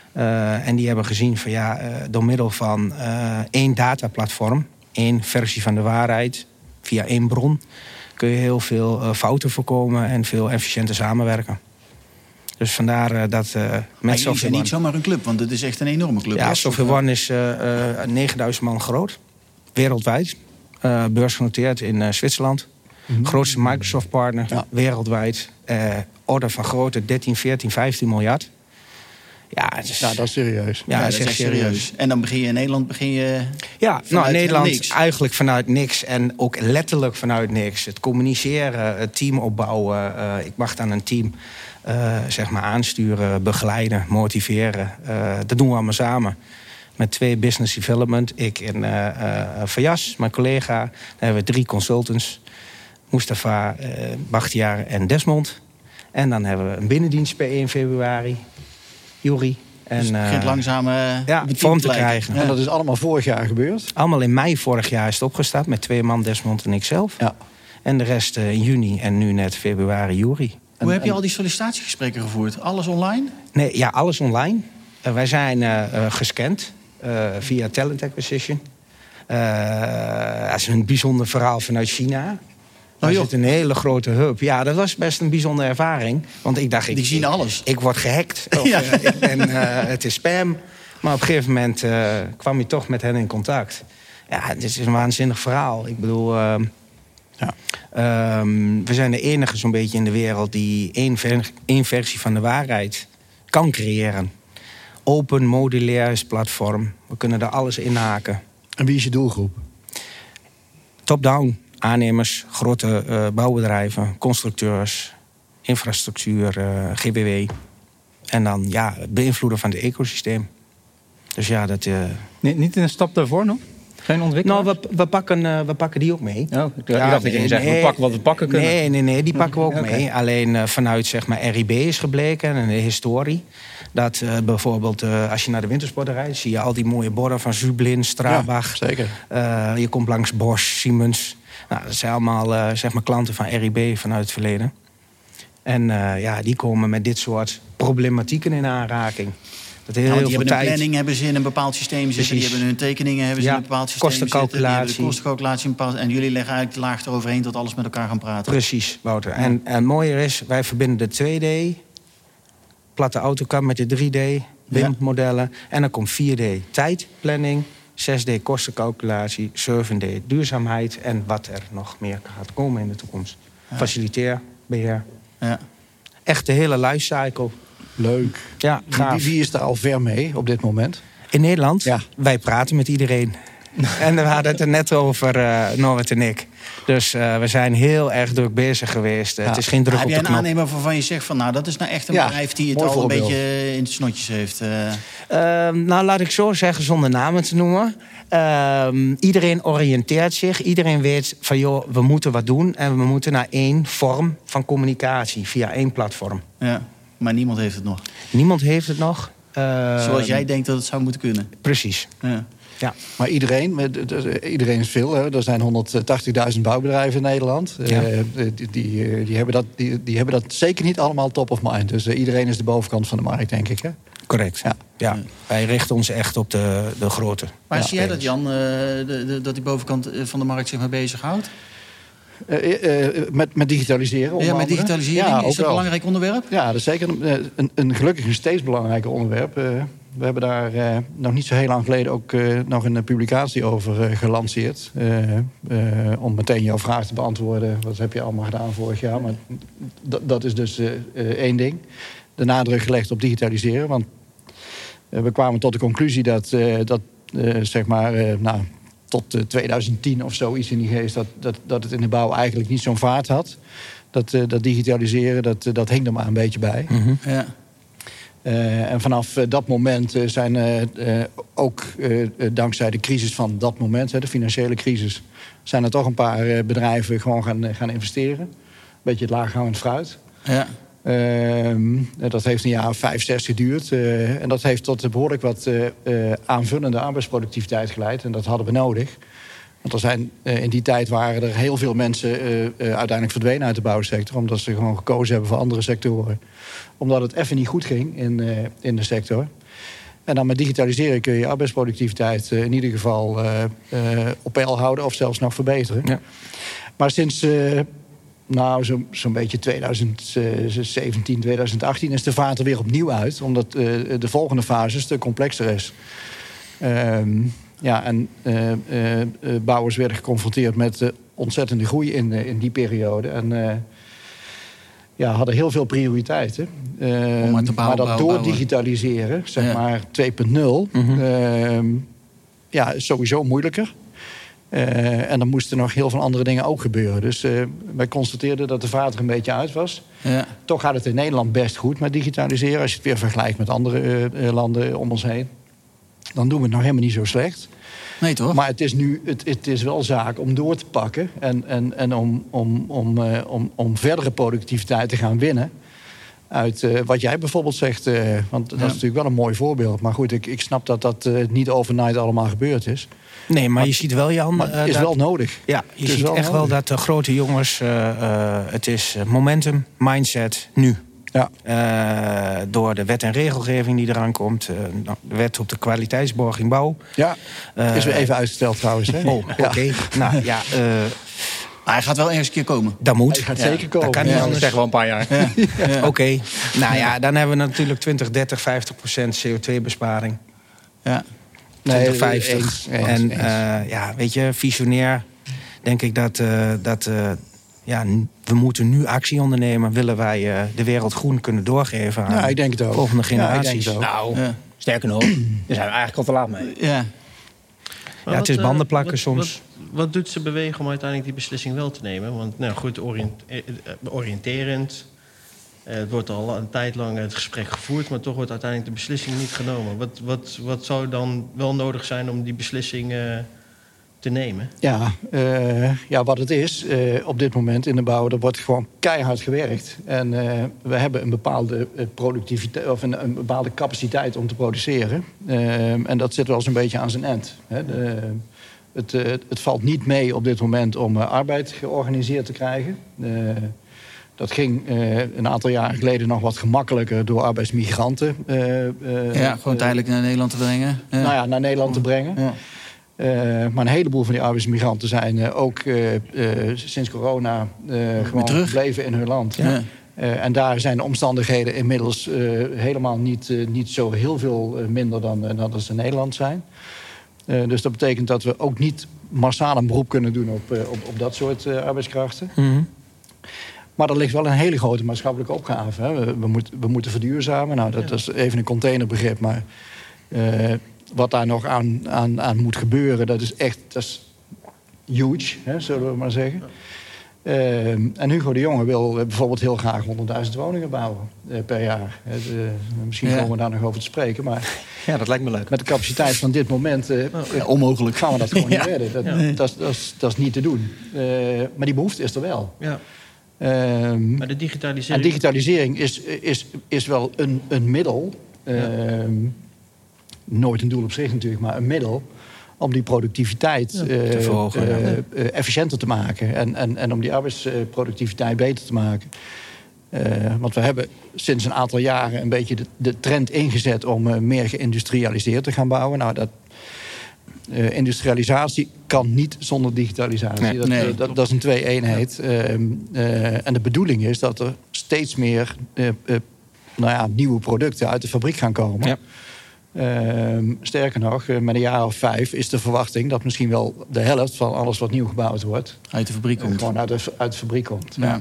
Uh, en die hebben gezien van ja, uh, door middel van uh, één dataplatform, één versie van de waarheid, via één bron, kun je heel veel uh, fouten voorkomen en veel efficiënter samenwerken. Dus vandaar uh, dat uh, met Software One... zijn niet zomaar een club, want het is echt een enorme club. Ja, Software One is uh, uh, negenduizend man groot, wereldwijd. Uh, beursgenoteerd in uh, Zwitserland. Mm-hmm. Grootste Microsoft-partner, ja. Wereldwijd. Uh, orde van grootte dertien, veertien, vijftien miljard. Ja, dus, ja, dat is serieus. Ja, ja dat is echt serieus. serieus. En dan begin je in Nederland, begin je... Ja, nou, in Nederland niks. Eigenlijk vanuit niks. En ook letterlijk vanuit niks. Het communiceren, het team opbouwen. Uh, ik mag dan een team uh, zeg maar aansturen, begeleiden, motiveren. Uh, dat doen we allemaal samen. Met twee business development. Ik en uh, uh, Fajas, mijn collega. Dan hebben we drie consultants. Mustafa, uh, Bakhtiar en Desmond. En dan hebben we een binnendienst per één februari. Juri. En, dus het begint langzaam uh, ja, vorm te krijgen. Ja. En dat is allemaal vorig jaar gebeurd? Allemaal in mei vorig jaar is het opgestart met twee man, Desmond en ikzelf. Ja. En de rest uh, in juni en nu net februari, Juri. Hoe en, heb je en... al die sollicitatiegesprekken gevoerd? Alles online? Nee, ja, alles online. Uh, wij zijn uh, uh, gescand uh, via Talent Acquisition. Uh, dat is een bijzonder verhaal vanuit China. Er oh, zit een hele grote hub. Ja, dat was best een bijzondere ervaring. Want ik dacht, ik, die zien alles. Ik, ik word gehackt. Of, ja. uh, ik ben, uh, het is spam. Maar op een gegeven moment uh, kwam je toch met hen in contact. Ja, dit is een waanzinnig verhaal. Ik bedoel, uh, ja. um, we zijn de enige zo'n beetje in de wereld die één, ver- één versie van de waarheid kan creëren. Open, modulair is platform. We kunnen er alles in haken. En wie is je doelgroep? Top-down. Aannemers, grote uh, bouwbedrijven, constructeurs, infrastructuur, uh, G B W. En dan ja, het beïnvloeden van het ecosysteem. Dus ja, dat... Uh... Niet, niet een stap daarvoor nog? Geen ontwikkelaars? Nou, we, we, pakken, uh, we pakken die ook mee. Oh, ik, ja, ik dacht dat je nee, zegt, we pakken wat we pakken kunnen. Nee, nee, nee, die pakken we ook okay. mee. Alleen uh, vanuit zeg maar, R I B is gebleken en de historie. Dat uh, bijvoorbeeld uh, als je naar de wintersporten rijdt, zie je al die mooie borden van Zublin, Strabag. Ja, zeker. Uh, je komt langs Bosch, Siemens. Nou, dat zijn allemaal uh, zeg maar, klanten van R I B vanuit het verleden. En uh, ja, die komen met dit soort problematieken in aanraking. Dat heel, ja, heel die veel hebben tijd. een planning hebben ze in een bepaald systeem zitten. Precies. Die hebben hun tekeningen hebben ze ja, in een bepaald systeem kostencalculatie. zitten. Die kostencalculatie. En jullie leggen eigenlijk de laag eroverheen tot alles met elkaar gaan praten. Precies, Wouter. Ja. En, en mooier is, wij verbinden de twee D, platte AutoCAD met de drie D, B I M-modellen. Ja. En dan komt vier D tijdplanning, zes D kostencalculatie, zeven D duurzaamheid en wat er nog meer gaat komen in de toekomst. Ja. Faciliteer, beheer. Ja. Echt de hele lifecycle. Leuk. Ja, gaaf. Wie, wie is daar al ver mee op dit moment? In Nederland? Ja. Wij praten met iedereen. En we hadden het er net over, uh, Norbert en ik. Dus uh, we zijn heel erg druk bezig geweest. Ja. Het is geen druk ja, op de knop. Heb jij een aannemer waarvan je zegt van, nou, dat is nou echt een ja, bedrijf die het al voorbeeld. een beetje in de snotjes heeft? Uh... Uh, nou, laat ik zo zeggen, zonder namen te noemen. Uh, iedereen oriënteert zich. Iedereen weet van, joh, we moeten wat doen. En we moeten naar één vorm van communicatie. Via één platform. Ja, maar niemand heeft het nog. Niemand heeft het nog. Uh, Zoals jij denkt dat het zou moeten kunnen. Precies. Ja. Ja. Maar iedereen, iedereen is veel. Hè? Er zijn honderdtachtigduizend bouwbedrijven in Nederland. Ja. Uh, die, die, die, hebben dat, die, die hebben dat zeker niet allemaal top of mind. Dus uh, iedereen is de bovenkant van de markt, denk ik. Hè? Correct. Ja. Ja. Wij richten ons echt op de, de grote. Maar ja, zie jij dat, Jan, uh, de, de, dat die bovenkant van de markt zich mee bezighoudt? Uh, uh, met, met digitaliseren. Ja, met digitalisering. Ja, is dat een belangrijk onderwerp? Ja, dat is zeker een, een, een gelukkig een steeds belangrijker onderwerp. Uh, we hebben daar uh, nog niet zo heel lang geleden ook uh, nog een publicatie over uh, gelanceerd. Uh, uh, om meteen jouw vraag te beantwoorden. Wat heb je allemaal gedaan vorig jaar? Maar d- dat is dus uh, uh, één ding. De nadruk gelegd op digitaliseren. Want uh, we kwamen tot de conclusie dat, uh, dat uh, zeg maar... Uh, nou, tot uh, twintig tien of zoiets in die geest... Dat, dat, dat het in de bouw eigenlijk niet zo'n vaart had. Dat, uh, dat digitaliseren, dat, uh, dat hing er maar een beetje bij. Mm-hmm. Ja. Uh, en vanaf uh, dat moment uh, zijn uh, uh, ook uh, dankzij de crisis van dat moment... Hè, de financiële crisis... zijn er toch een paar uh, bedrijven gewoon gaan, uh, gaan investeren. Een beetje het laaghangend fruit. Ja. Uh, dat heeft een jaar of vijf, zes geduurd. Uh, en dat heeft tot behoorlijk wat uh, uh, aanvullende arbeidsproductiviteit geleid. En dat hadden we nodig. Want er zijn, uh, in die tijd waren er heel veel mensen uh, uh, uiteindelijk verdwenen uit de bouwsector. Omdat ze gewoon gekozen hebben voor andere sectoren. Omdat het even niet goed ging in, uh, in de sector. En dan met digitaliseren kun je arbeidsproductiviteit uh, in ieder geval uh, uh, op peil houden. Of zelfs nog verbeteren. Ja. Maar sinds... Uh, Nou, zo'n zo beetje twintig zeventien, twintig achttien is de vaart er weer opnieuw uit. Omdat uh, de volgende fase een stuk complexer is. Um, ja, en uh, uh, bouwers werden geconfronteerd met uh, ontzettende groei in, uh, in die periode. En uh, ja, hadden heel veel prioriteiten. Uh, maar, bouwen, maar dat door digitaliseren, zeg ja. maar twee punt nul... Mm-hmm. uh, ja, is sowieso moeilijker. Uh, en dan moesten nog heel veel andere dingen ook gebeuren. Dus uh, wij constateerden dat de vaart er een beetje uit was. Ja. Toch gaat het in Nederland best goed met digitaliseren. Als je het weer vergelijkt met andere uh, landen om ons heen. Dan doen we het nog helemaal niet zo slecht. Nee, toch? Maar het is nu het, het is wel zaak om door te pakken. En, en, en om, om, om, uh, om, om verdere productiviteit te gaan winnen. Uit uh, wat jij bijvoorbeeld zegt. Uh, want dat ja. is natuurlijk wel een mooi voorbeeld. Maar goed, ik, ik snap dat dat uh, niet overnight allemaal gebeurd is. Nee, maar, maar je ziet wel, Jan... Maar het is dat, wel nodig. Ja, je ziet wel echt nodig. wel dat de grote jongens... Uh, uh, het is momentum, mindset, nu. Ja. Uh, door de wet en regelgeving die eraan komt. Uh, de wet op de kwaliteitsborging bouw. Ja, uh, is weer even uitgesteld trouwens. Hè? Oh, oké. Okay. nou, ja... Uh, Maar hij gaat wel ergens een keer komen. Dat moet. Hij gaat ja. zeker komen. Dat kan niet ja, anders. Dat zeggen we een paar jaar. Ja. ja. Oké. Okay. Nou ja, dan hebben we natuurlijk twintig, dertig, vijftig procent C O twee besparing. Ja. twintig, vijftig. Nee, eens, en eens. Uh, ja, weet je, visionair denk ik dat... Uh, dat uh, ja, we moeten nu actie ondernemen. Willen wij uh, de wereld groen kunnen doorgeven aan ja, ik denk het ook. volgende generaties. Ja, ik denk het ook. Nou, ja. sterker nog, daar zijn we eigenlijk al te laat mee. Ja. Ja, het is banden plakken wat, soms. Wat, wat doet ze bewegen om uiteindelijk die beslissing wel te nemen? Want nou goed, orient, oriënterend. Uh, het wordt al een tijd lang het gesprek gevoerd, maar toch wordt uiteindelijk de beslissing niet genomen. Wat, wat, wat zou dan wel nodig zijn om die beslissing uh, te nemen? Ja, uh, ja wat het is uh, op dit moment in de bouw, er wordt gewoon keihard gewerkt. En uh, we hebben een bepaalde productiviteit of een, een bepaalde capaciteit om te produceren. Uh, en dat zit wel eens een beetje aan zijn eind. Hè. De, het, uh, het valt niet mee op dit moment om uh, arbeid georganiseerd te krijgen. Uh, Dat ging uh, een aantal jaren geleden nog wat gemakkelijker door arbeidsmigranten. Uh, uh, ja, gewoon tijdelijk naar Nederland te brengen. Ja. Nou ja, naar Nederland te brengen. Ja. Uh, maar een heleboel van die arbeidsmigranten zijn uh, ook uh, uh, sinds corona uh, gewoon gebleven in hun land. Ja. Uh, en daar zijn de omstandigheden inmiddels uh, helemaal niet, uh, niet zo heel veel minder dan, uh, dan dat ze in Nederland zijn. Uh, dus dat betekent dat we ook niet massaal een beroep kunnen doen op, uh, op, op dat soort uh, arbeidskrachten. Mm-hmm. Maar er ligt wel een hele grote maatschappelijke opgave. Hè. We, we, moet, we moeten verduurzamen. Nou, dat, ja. dat is even een containerbegrip. Maar uh, wat daar nog aan, aan, aan moet gebeuren, dat is echt dat is huge, hè, zullen we maar zeggen. Uh, en Hugo de Jonge wil bijvoorbeeld heel graag honderdduizend woningen bouwen uh, per jaar. Uh, de, misschien ja. komen we daar nog over te spreken. Maar ja, dat lijkt me leuk. Met de capaciteit van dit moment uh, ja, onmogelijk gaan we dat gewoon ja. niet redden. Dat, ja. dat, dat, is, dat is niet te doen. Uh, maar die behoefte is er wel. Ja. Um, maar de digitalisering... En digitalisering is, is, is wel een, een middel. Ja. Um, nooit een doel op zich natuurlijk, maar een middel om die productiviteit ja, uh, te verhogen, uh, ja. uh, efficiënter te maken. En, en, en om die arbeidsproductiviteit beter te maken. Uh, want we hebben sinds een aantal jaren een beetje de, de trend ingezet om uh, meer geïndustrialiseerd te gaan bouwen. Nou, dat... Uh, industrialisatie kan niet zonder digitalisatie. Nee, dat, nee, uh, dat, dat is een twee-eenheid. Ja. Uh, uh, en de bedoeling is dat er steeds meer uh, uh, nou ja, nieuwe producten uit de fabriek gaan komen. Ja. Uh, sterker nog, uh, met een jaar of vijf is de verwachting dat misschien wel de helft van alles wat nieuw gebouwd wordt uit de fabriek komt. Uh, gewoon uit de, uit de fabriek komt. Ja. Ja.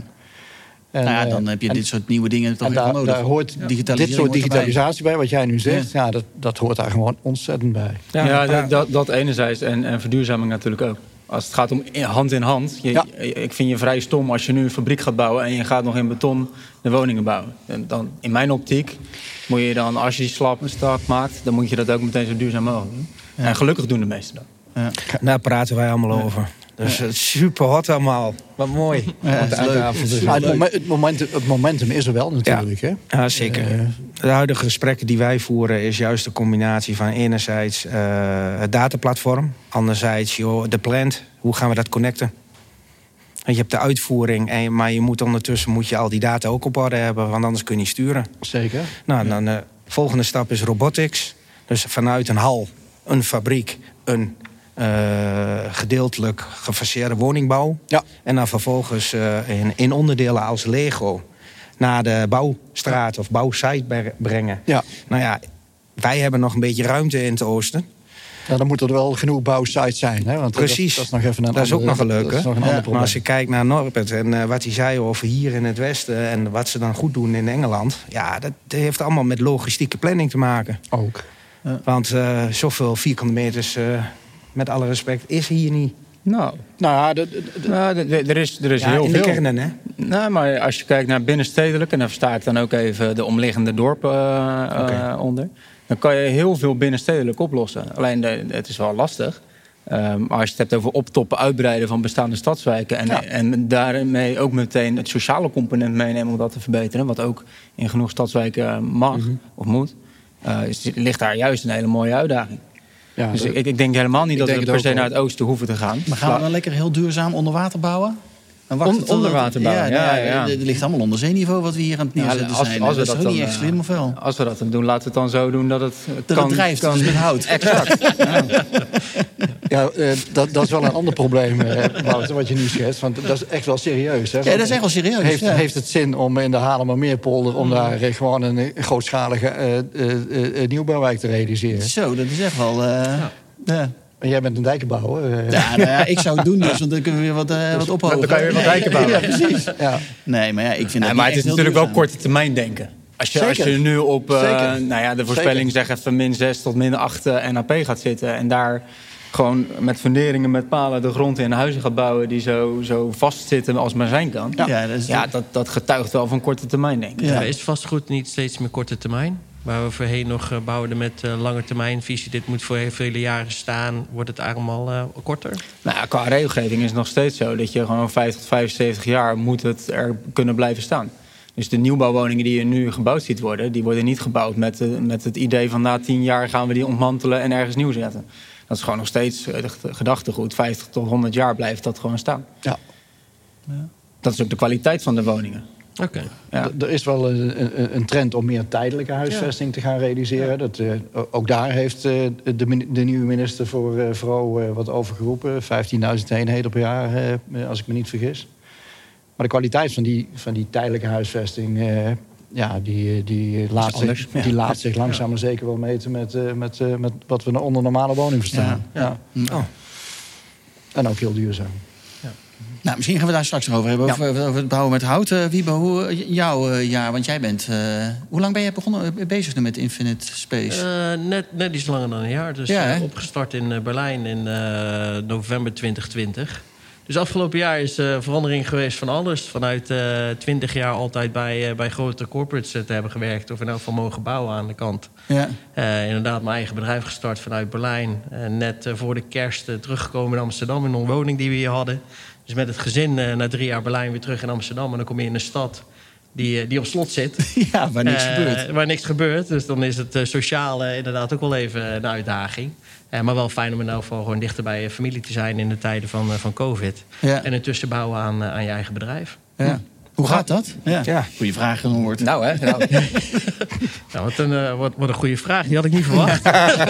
En, nou ja, dan heb je en, dit soort nieuwe dingen toch daar, nodig. Daar hoort ja. dit soort digitalisatie bij, wat jij nu zegt. Ja. Ja, dat, dat hoort daar gewoon ontzettend bij. Ja, ja dat, dat, dat enerzijds en, en verduurzaming natuurlijk ook. Als het gaat om hand in hand. Je, ja. Ik vind je vrij stom als je nu een fabriek gaat bouwen en je gaat nog in beton de woningen bouwen. En dan, in mijn optiek moet je dan, als je die slap en strak maakt, dan moet je dat ook meteen zo duurzaam mogelijk doen. Ja. En gelukkig doen de meesten dat. Ja. Daar praten wij allemaal ja. over. Dus ja. super hot allemaal. Wat mooi. Ja, het, ja, het, moment, het, momentum, het momentum is er wel natuurlijk. Ja, hè? Ja zeker. Uh, de huidige gesprekken die wij voeren is juist de combinatie van enerzijds uh, het dataplatform. Anderzijds joh, de plant. Hoe gaan we dat connecten? En je hebt de uitvoering, en, maar je moet ondertussen moet je al die data ook op orde hebben. Want anders kun je niet sturen. Zeker. Nou, dan de uh, volgende stap is robotics. Dus vanuit een hal, een fabriek, een... Uh, gedeeltelijk gefaseerde woningbouw. Ja. En dan vervolgens uh, in, in onderdelen als Lego naar de bouwstraat of bouwsite brengen. Ja. Nou ja, wij hebben nog een beetje ruimte in het oosten. Ja, dan moeten er wel genoeg bouwsites zijn. Hè? Want precies. Dat, dat is, nog even een dat is andere, ook nog een leuke. Nog een ja. Maar als je kijkt naar Norbert en uh, wat hij zei over hier in het westen en wat ze dan goed doen in Engeland. Ja, dat heeft allemaal met logistieke planning te maken. Ook. Ja. Want uh, zoveel vierkante meters... Uh, met alle respect, is hier niet. Nou, nou ja, de, de, de, nou, de, de, er is, er is ja, heel in veel. De kernen, hè? Nou, maar als je kijkt naar binnenstedelijk... en daar versta ik dan ook even de omliggende dorpen uh, okay. uh, onder... dan kan je heel veel binnenstedelijk oplossen. Alleen, de, het is wel lastig. Um, maar als je het hebt over optoppen, uitbreiden van bestaande stadswijken... en, ja. en daarmee ook meteen het sociale component meenemen om dat te verbeteren... wat ook in genoeg stadswijken mag mm-hmm. of moet... Uh, is, ligt daar juist een hele mooie uitdaging. Ja, dus ik, ik denk helemaal niet dat we per se naar het oosten hoeven te gaan. Maar gaan we dan lekker heel duurzaam onder water bouwen? On, onder water bouwen, ja. ja, ja. Het ligt allemaal onder zeeniveau wat we hier aan het neerzetten ja, als, zijn. Als we dat, dat is ook niet echt slim of wel? Als we dat dan doen, laten we het dan zo doen dat het dat kan... het drijft, kan, dus met hout. Exact. ja, ja uh, dat, dat is wel een ander probleem, uh, Wouter, wat je nu schetst. Want dat is echt wel serieus. Hè? Ja, dat is echt wel serieus. Heeft, ja. heeft het zin om in de Haarlemmermeerpolder... om daar uh, gewoon een grootschalige uh, uh, uh, nieuwbouwwijk te realiseren? Zo, dat is echt wel... Uh, ja. Ja. En jij bent een dijkenbouwer. Uh. Ja, nou ja, ik zou het doen dus, want dan kunnen we weer wat, uh, dus, wat ophogen. Dan kan je weer wat dijken bouwen. Ja, precies. Ja. Nee, maar ja, ik vind ja, dat maar het is natuurlijk duurzaam. wel korte termijn denken. Als je, als je nu op uh, nou ja, de voorspelling zegt even min zes tot min acht uh, N A P gaat zitten... en daar gewoon met funderingen, met palen de grond in huizen gaat bouwen... die zo, zo vastzitten als maar zijn kan. Ja, ja, dat, is ja dat, dat getuigt wel van korte termijn, denk ik. Ja. Ja, is vastgoed niet steeds meer korte termijn? Waar we voorheen nog uh, bouwden met uh, lange termijnvisie. Dit moet voor heel vele jaren staan. Wordt het allemaal uh, korter? Nou, qua regelgeving is het nog steeds zo dat je gewoon vijftig tot vijfenzeventig jaar moet het er kunnen blijven staan. Dus de nieuwbouwwoningen die je nu gebouwd ziet worden, die worden niet gebouwd met, uh, met het idee van na tien jaar gaan we die ontmantelen en ergens nieuw zetten. Dat is gewoon nog steeds uh, gedachtegoed. vijftig tot honderd jaar blijft dat gewoon staan. Ja. Ja. Dat is ook de kwaliteit van de woningen. Okay. Ja. Er is wel een, een trend om meer tijdelijke huisvesting ja. te gaan realiseren. Ja. Dat, uh, ook daar heeft uh, de, de nieuwe minister voor uh, Vrouw uh, wat over geroepen. vijftienduizend eenheden per jaar, uh, als ik me niet vergis. Maar de kwaliteit van die, van die tijdelijke huisvesting... Uh, ja, die, die, laat zich, ja. die laat zich langzaam maar zeker wel meten... met, uh, met, uh, met wat we onder normale woning verstaan. Ja. Ja. Ja. Oh. En ook heel duurzaam. Nou, misschien gaan we daar straks nog over hebben. Ja. Over, over het bouwen met hout. Uh, Wiebo, hoe, jouw uh, jaar, want jij bent... Uh, hoe lang ben jij begonnen, uh, bezig nu met Infinite Space? Uh, net, net iets langer dan een jaar. Dus ja, uh, opgestart in uh, Berlijn in uh, november twintig twintig. Dus afgelopen jaar is uh, verandering geweest van alles. Vanuit uh, twintig jaar altijd bij, uh, bij grote corporates uh, te hebben gewerkt. Of in elk geval mogen bouwen aan de kant. Ja. Uh, inderdaad mijn eigen bedrijf gestart vanuit Berlijn. Uh, net uh, voor de kerst uh, teruggekomen in Amsterdam in een woning die we hier hadden. Dus met het gezin uh, na drie jaar Berlijn weer terug in Amsterdam. En dan kom je in een stad die, uh, die op slot zit. Ja, waar niks uh, gebeurt. Waar niks gebeurt. Dus dan is het uh, sociaal uh, inderdaad ook wel even een uitdaging. Uh, maar wel fijn om in elk geval gewoon dichter bij je familie te zijn in de tijden van, uh, van COVID. Ja. En intussen bouwen aan, uh, aan je eigen bedrijf. Ja. Hoe gaat dat? Ja. Ja. Goeie vraag, Noord. Nou, hè? Nou. Nou, wat, een, uh, wat, wat een goede vraag. Die had ik niet verwacht.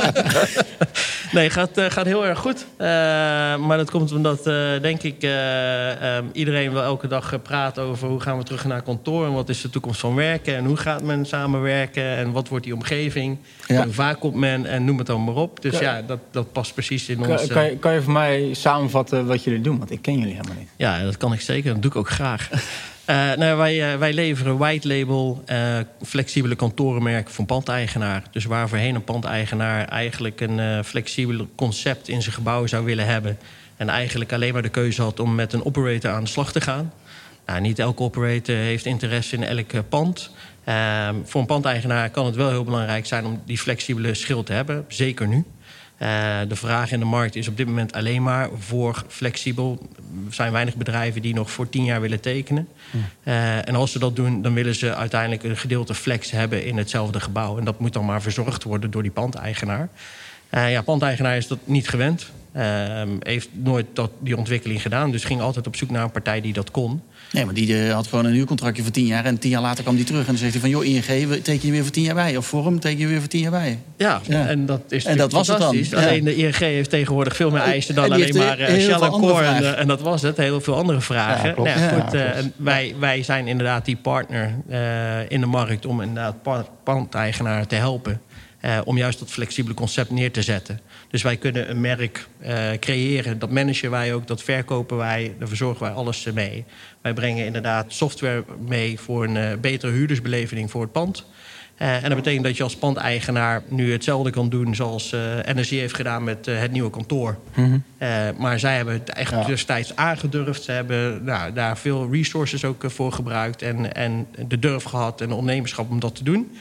Nee, het gaat, uh, gaat heel erg goed. Uh, maar dat komt omdat, uh, denk ik, uh, um, iedereen wel elke dag uh, praat over... hoe gaan we terug naar kantoor en wat is de toekomst van werken... en hoe gaat men samenwerken en wat wordt die omgeving... Ja. hoe vaak komt men en noem het dan maar op. Dus ja, ja dat, dat past precies in ons... Uh... Kan, je, kan je voor mij samenvatten wat jullie doen? Want ik ken jullie helemaal niet. Ja, dat kan ik zeker. Dat doe ik ook graag. Uh, nou, wij, uh, wij leveren white label, uh, flexibele kantorenmerken voor pandeigenaar. Dus waar voorheen een pandeigenaar eigenlijk een uh, flexibel concept in zijn gebouw zou willen hebben. En eigenlijk alleen maar de keuze had om met een operator aan de slag te gaan. Nou, niet elke operator heeft interesse in elk pand. Uh, voor een pandeigenaar kan het wel heel belangrijk zijn om die flexibele schil te hebben. Zeker nu. Uh, de vraag in de markt is op dit moment alleen maar voor flexibel. Er zijn weinig bedrijven die nog voor tien jaar willen tekenen. Uh, en als ze dat doen, dan willen ze uiteindelijk een gedeelte flex hebben in hetzelfde gebouw. En dat moet dan maar verzorgd worden door die pandeigenaar. Uh, ja, pandeigenaar is dat niet gewend. Uh, heeft nooit dat, die ontwikkeling gedaan. Dus ging altijd op zoek naar een partij die dat kon. Nee, maar die uh, had gewoon een huurcontractje voor tien jaar. En tien jaar later kwam die terug. En dan zegt hij van, joh, I N G, teken je weer voor tien jaar bij. Of Forum, teken je weer voor tien jaar bij. Ja, ja. en dat is en dat was fantastisch. Het dan. Alleen de I N G heeft tegenwoordig veel meer eisen dan alleen maar uh, Shell en Core. En, en dat was het. Heel veel andere vragen. Ja, klopt. Nou, ja, goed, ja, uh, wij, wij zijn inderdaad die partner uh, in de markt... om inderdaad pandeigenaren te helpen. Uh, om juist dat flexibele concept neer te zetten. Dus wij kunnen een merk uh, creëren. Dat managen wij ook, dat verkopen wij. Daar verzorgen wij alles mee. Wij brengen inderdaad software mee voor een uh, betere huurdersbeleving voor het pand. Uh, en dat betekent dat je als pandeigenaar nu hetzelfde kan doen... zoals uh, N R C heeft gedaan met uh, het nieuwe kantoor. Mm-hmm. Uh, maar zij hebben het echt ja. destijds aangedurfd. Ze hebben nou, daar veel resources ook uh, voor gebruikt... En, en de durf gehad en de ondernemerschap om dat te doen...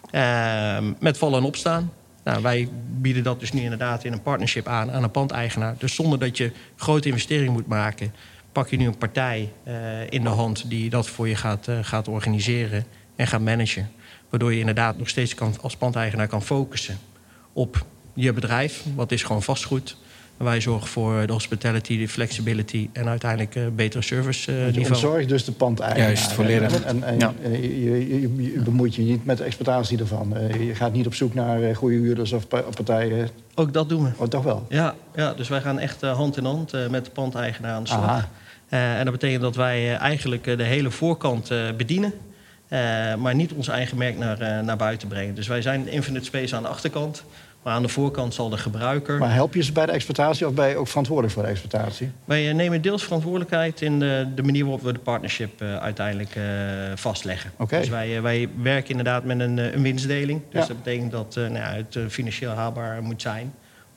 Uh, met vallen en opstaan. Nou, wij bieden dat dus nu inderdaad in een partnership aan... aan een pandeigenaar. Dus zonder dat je grote investering moet maken... pak je nu een partij uh, in de hand... die dat voor je gaat, uh, gaat organiseren en gaat managen. Waardoor je inderdaad nog steeds kan, als pandeigenaar kan focussen... op je bedrijf, wat is gewoon vastgoed... Wij zorgen voor de hospitality, de flexibility en uiteindelijk een uh, betere service uh, niveau. Je ontzorgt dus de pandeigenaar. Juist, volledig. En, en ja. je, je, je, je bemoeit je niet met de exploitatie ervan. Je gaat niet op zoek naar goede huurders of partijen. Ook dat doen we. Oh, toch wel? Ja, ja, dus wij gaan echt uh, hand in hand uh, met de pandeigenaar aan de slag. Uh, en dat betekent dat wij uh, eigenlijk uh, de hele voorkant uh, bedienen. Uh, maar niet ons eigen merk naar, uh, naar buiten brengen. Dus wij zijn Infinite Space aan de achterkant... Maar aan de voorkant zal de gebruiker... Maar help je ze bij de exploitatie of ben je ook verantwoordelijk voor de exploitatie? Wij nemen deels verantwoordelijkheid in de, de manier waarop we de partnership uh, uiteindelijk uh, vastleggen. Okay. Dus wij, uh, wij werken inderdaad met een, een winstdeling. Dus ja. dat betekent dat uh, nou ja, het uh, financieel haalbaar moet zijn.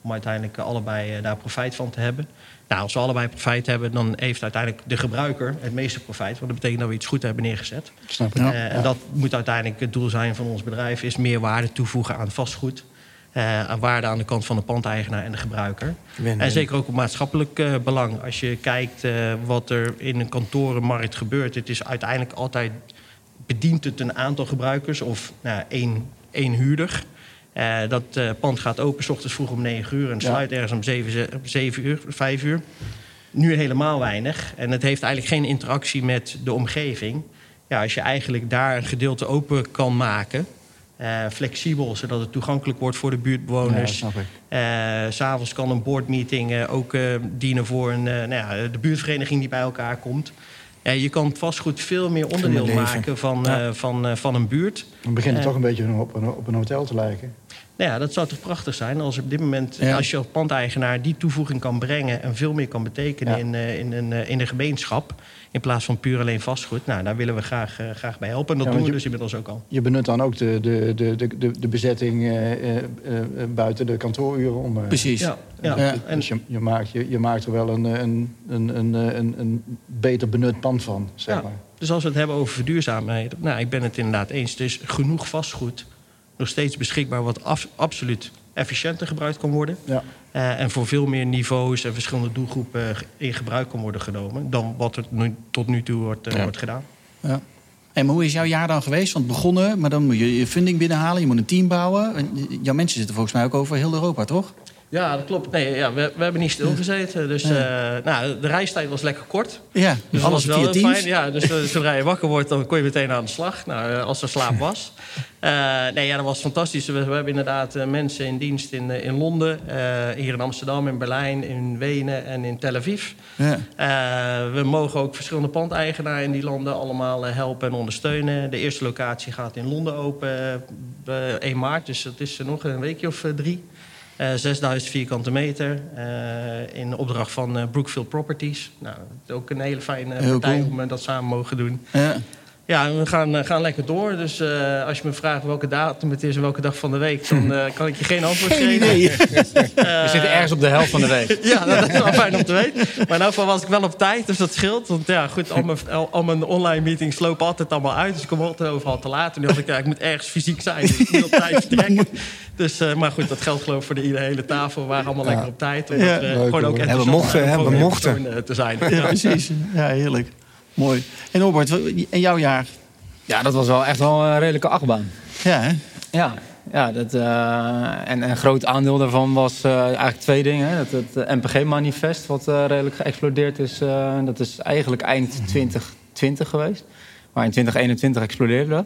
om uiteindelijk allebei daar profijt van te hebben. Nou, als we allebei profijt hebben, dan heeft uiteindelijk de gebruiker het meeste profijt. Want dat betekent dat we iets goed hebben neergezet. Snap ik. Uh, Ja. En dat moet uiteindelijk het doel zijn van ons bedrijf, is meer waarde toevoegen aan vastgoed. Uh, aan waarde aan de kant van de pandeigenaar en de gebruiker. Win-win. En zeker ook op maatschappelijk uh, belang. Als je kijkt uh, wat er in een kantorenmarkt gebeurt, het is uiteindelijk altijd, bedient het een aantal gebruikers of nou, één, één huurder. Uh, dat uh, pand gaat open 's ochtends vroeg om negen uur en sluit ja. ergens om zeven uur, vijf uur. Nu helemaal weinig. En het heeft eigenlijk geen interactie met de omgeving. Ja, als je eigenlijk daar een gedeelte open kan maken, Uh, flexibel, zodat het toegankelijk wordt voor de buurtbewoners. Ja, uh, 's avonds kan een boardmeeting uh, ook uh, dienen voor een, uh, nou ja, de buurtvereniging die bij elkaar komt. Uh, je kan vastgoed veel meer onderdeel maken van, uh, van, uh, van een buurt. Dan begint het uh, toch een beetje op een, op een hotel te lijken. Nou ja, dat zou toch prachtig zijn als op dit moment, Ja. als je als pandeigenaar die toevoeging kan brengen en veel meer kan betekenen Ja. in, uh, in, een, uh, in de gemeenschap, in plaats van puur alleen vastgoed. Nou, daar willen we graag, uh, graag bij helpen. En dat Ja, doen we je, dus inmiddels ook al. Je benut dan ook de, de, de, de, de, de bezetting uh, uh, uh, buiten de kantooruren om. Uh, Precies. Ja, ja. Ja. En, Dus je, je, maakt, je, je maakt er wel een, een, een, een, een, een beter benut pand van, zeg Ja. maar. Dus als we het hebben over verduurzaamheid, nou, ik ben het inderdaad eens. Er is genoeg vastgoed nog steeds beschikbaar wat af, absoluut efficiënter gebruikt kan worden. Ja. Uh, en voor veel meer niveaus en verschillende doelgroepen in gebruik kan worden genomen dan wat er nu, tot nu toe wordt, uh, Ja. wordt gedaan. Ja. En maar hoe is jouw jaar dan geweest? Want begonnen, maar dan moet je je funding binnenhalen. Je moet een team bouwen. En jouw mensen zitten volgens mij ook over heel Europa, toch? Ja, dat klopt. Nee, ja, we, we hebben niet stilgezeten. Dus uh, nou, de reistijd was lekker kort. Ja, Dus dat alles was via wel heel Teams. fijn. Ja, dus uh, zodra je wakker wordt, dan kon je meteen aan de slag. Nou, uh, als er slaap was. Uh, nee, ja, dat was fantastisch. We, we hebben inderdaad uh, mensen in dienst in, uh, in Londen, uh, hier in Amsterdam, in Berlijn, in Wenen en in Tel Aviv. Ja. Uh, we mogen ook verschillende pandeigenaren in die landen allemaal uh, helpen en ondersteunen. De eerste locatie gaat in Londen open uh, één maart, dus dat is uh, nog een weekje of uh, drie. Uh, zesduizend vierkante meter uh, in opdracht van uh, Brookfield Properties. Nou, het is ook een hele fijne Heel partij cool. om uh, dat samen mogen doen. Ja. Ja, en we gaan, uh, gaan lekker door. Dus uh, als je me vraagt welke datum het is en welke dag van de week, dan uh, kan ik je geen antwoord Geen geven. idee. We zitten ergens op de helft van de week. Ja, dat is wel fijn om te weten. Maar in elk geval was ik wel op tijd, dus dat scheelt. Want ja, goed, al mijn, al, al mijn online meetings lopen altijd allemaal uit. Dus ik kom altijd overal te laat. En nu dacht ik, ja, ik moet ergens fysiek zijn. Dus ik moet op tijd vertrekken. Dus, uh, maar goed, dat geldt geloof ik voor de hele, hele tafel. We waren allemaal Ja. lekker op tijd. Omdat Ja. we Leuk, gewoon ook hoor. enthousiast Ja, we mochten, waren hè, om we weer mochten. persoon, uh, te zijn. Ja, precies. Ja, heerlijk. Mooi. En Norbert, en jouw jaar? Ja, dat was wel echt wel een redelijke achtbaan. Ja, hè? Ja, ja dat, uh, en een groot aandeel daarvan was uh, eigenlijk twee dingen. Hè. Dat, het N P G-manifest, wat uh, redelijk geëxplodeerd is. Uh, dat is eigenlijk eind twintig twintig geweest. Maar in twintig eenentwintig explodeerde dat.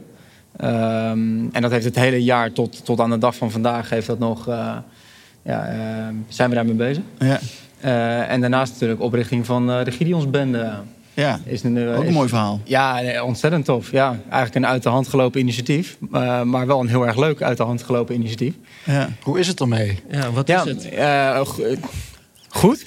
Um, en dat heeft het hele jaar tot, tot aan de dag van vandaag heeft dat nog, uh, ja, uh, zijn we daarmee bezig. Ja. Uh, en daarnaast natuurlijk oprichting van uh, de Gideonsbende. Ja, Is een, uh, ook een is, mooi verhaal. Ja, nee, ontzettend tof. Ja, eigenlijk een uit de hand gelopen initiatief. Uh, maar wel een heel erg leuk uit de hand gelopen initiatief. Ja. Hoe is het ermee? Ja, wat Ja, is het? uh, go- goed.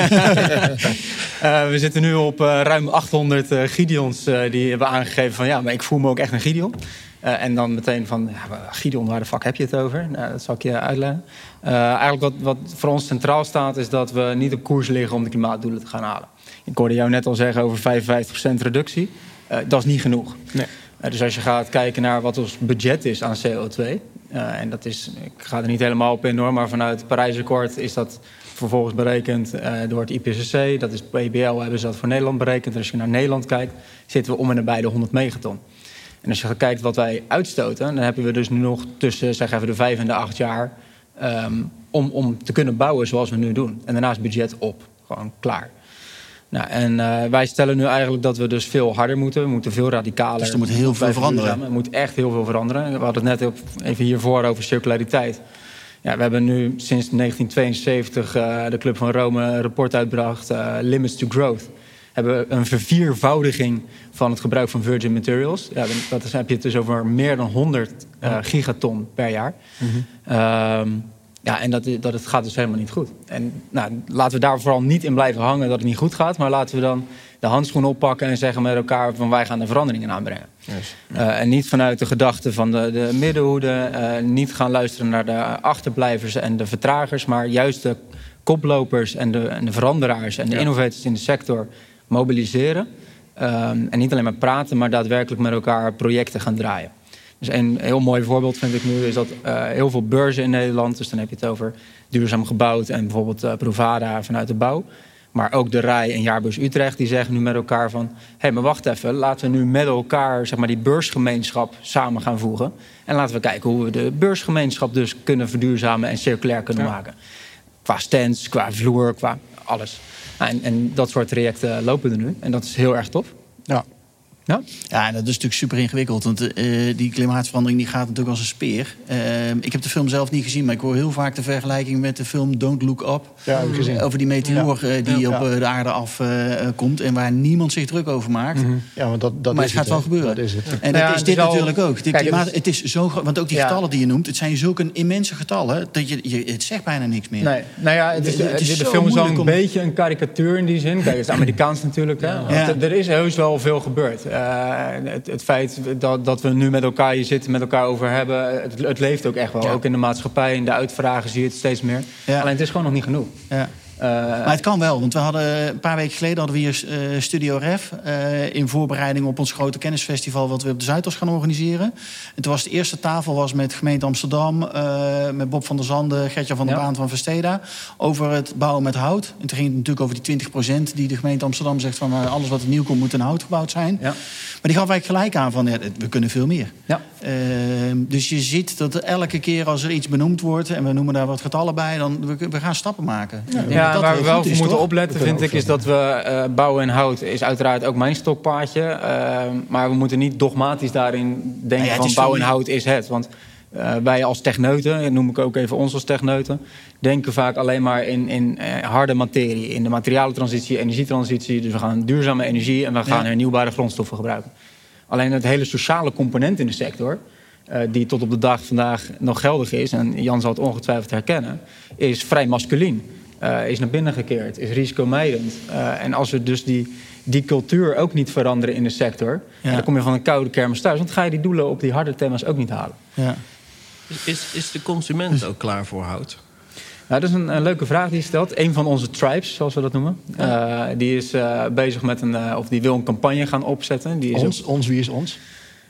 uh, we zitten nu op uh, ruim achthonderd uh, Gideons uh, die hebben aangegeven van ja, maar ik voel me ook echt een Gideon. Uh, en dan meteen van, ja, maar Gideon, waar de fuck heb je het over? Nou, dat zal ik je uitleggen. Uh, eigenlijk wat, wat voor ons centraal staat is dat we niet op koers liggen om de klimaatdoelen te gaan halen. Ik hoorde jou net al zeggen over vijfenvijftig procent reductie. Uh, dat is niet genoeg. Nee. Uh, dus als je gaat kijken naar wat ons budget is aan C O twee... Uh, en dat is, ik ga er niet helemaal op in hoor, maar vanuit het Parijsakkoord is dat vervolgens berekend uh, door het I P C C. Dat is P B L, hebben ze dat voor Nederland berekend. En als je naar Nederland kijkt, zitten we om en nabij de honderd megaton. En als je kijkt wat wij uitstoten, dan hebben we dus nu nog tussen zeg even de vijf en de acht jaar um, om, om te kunnen bouwen zoals we nu doen. En daarna is het budget op, gewoon klaar. Nou, en uh, wij stellen nu eigenlijk dat we dus veel harder moeten. We moeten veel radicaler. Dus er moet heel veel veranderen. Er moet echt heel veel veranderen. We hadden het net even hiervoor over circulariteit. Ja, we hebben nu sinds negentien tweeënzeventig uh, de Club van Rome een rapport uitgebracht, uh, Limits to Growth. Hebben we een verviervoudiging van het gebruik van virgin materials. Ja, dat is, heb je het dus over meer dan honderd uh, gigaton per jaar. Mm-hmm. Um, Ja, en dat, dat het gaat dus helemaal niet goed. En nou, laten we daar vooral niet in blijven hangen dat het niet goed gaat. Maar laten we dan de handschoen oppakken en zeggen met elkaar van wij gaan de veranderingen aanbrengen. Yes. Uh, en niet vanuit de gedachten van de, de middenhoede. Uh, niet gaan luisteren naar de achterblijvers en de vertragers. Maar juist de koplopers en de, en de veranderaars en de ja. innovators in de sector mobiliseren. Um, en niet alleen maar praten, maar daadwerkelijk met elkaar projecten gaan draaien. Dus een heel mooi voorbeeld vind ik nu is dat uh, heel veel beurzen in Nederland... dus dan heb je het over duurzaam gebouwd en bijvoorbeeld uh, Provada vanuit de bouw... maar ook de R I en Jaarbeurs Utrecht die zeggen nu met elkaar van... hé, hey, maar wacht even, laten we nu met elkaar zeg maar, die beursgemeenschap samen gaan voegen... en laten we kijken hoe we de beursgemeenschap dus kunnen verduurzamen en circulair kunnen ja. maken. Qua stands, qua vloer, qua alles. En, en dat soort trajecten lopen er nu en dat is heel erg tof. Ja. Ja? Ja, en dat is natuurlijk super ingewikkeld. Want uh, die klimaatverandering die gaat natuurlijk als een speer. Uh, ik heb de film zelf niet gezien, maar ik hoor heel vaak de vergelijking met de film Don't Look Up. Ja, heb ik gezien. Over die meteoor uh, die ja. op uh, de aarde afkomt. Uh, en waar niemand zich druk over maakt. Mm-hmm. Ja, want dat, dat maar is het gaat het, wel gebeuren. Dat is het. En dat ja, is dit het is natuurlijk al... ook. De Kijk, klimaat, het, is... het is zo, want ook die ja. getallen die je noemt, het zijn zulke immense getallen dat je, je het zegt bijna niks meer. Nee, nou ja, het is, het is de, de film is wel een om... beetje een karikatuur in die zin. Kijk, het is Amerikaans natuurlijk. Hè? Ja. Ja. Er is heus wel veel gebeurd. Uh, het, het feit dat, dat we nu met elkaar hier zitten, met elkaar over hebben, het, het leeft ook echt wel. Ja. Ook in de maatschappij, in de uitvragen zie je het steeds meer. Ja. Alleen het is gewoon nog niet genoeg. Ja. Uh, maar het kan wel, want we hadden een paar weken geleden hadden we hier uh, Studio Ref uh, in voorbereiding op ons grote kennisfestival wat we op de Zuidas gaan organiseren. En toen was de eerste tafel was met gemeente Amsterdam, uh, met Bob van der Zanden, Gertjan van der ja. Baan van Versteda, over het bouwen met hout. En toen ging het natuurlijk over die twintig procent die de gemeente Amsterdam zegt van uh, alles wat er nieuw komt moet in hout gebouwd zijn. Ja. Maar die gaf eigenlijk gelijk aan van ja, we kunnen veel meer. Ja. Uh, dus je ziet dat elke keer als er iets benoemd wordt en we noemen daar wat getallen bij, dan we, we gaan stappen maken. Ja, ja. Ja, waar we wel voor moeten toch? opletten, vind ik, is dat we uh, bouwen en hout is uiteraard ook mijn stokpaardje. Uh, maar we moeten niet dogmatisch daarin denken nou ja, van bouw en hout is het. Want uh, wij als techneuten, dat noem ik ook even ons als techneuten, denken vaak alleen maar in, in uh, harde materie. In de materialentransitie, energietransitie. Dus we gaan duurzame energie en we gaan ja. hernieuwbare grondstoffen gebruiken. Alleen het hele sociale component in de sector, Uh, die tot op de dag vandaag nog geldig is, en Jan zal het ongetwijfeld herkennen, is vrij masculien. Uh, is naar binnen gekeerd, is risicomijdend. Uh, en als we dus die, die cultuur ook niet veranderen in de sector, ja. dan kom je van een koude kermis thuis. Want dan ga je die doelen op die harde thema's ook niet halen. Ja. Is, is de consument ook klaar voor hout? Nou, dat is een, een leuke vraag die je stelt. Een van onze tribes, zoals we dat noemen. Ja. Uh, die is uh, bezig met een, uh, of die wil een campagne gaan opzetten. Die is ons, op... ons, wie is ons?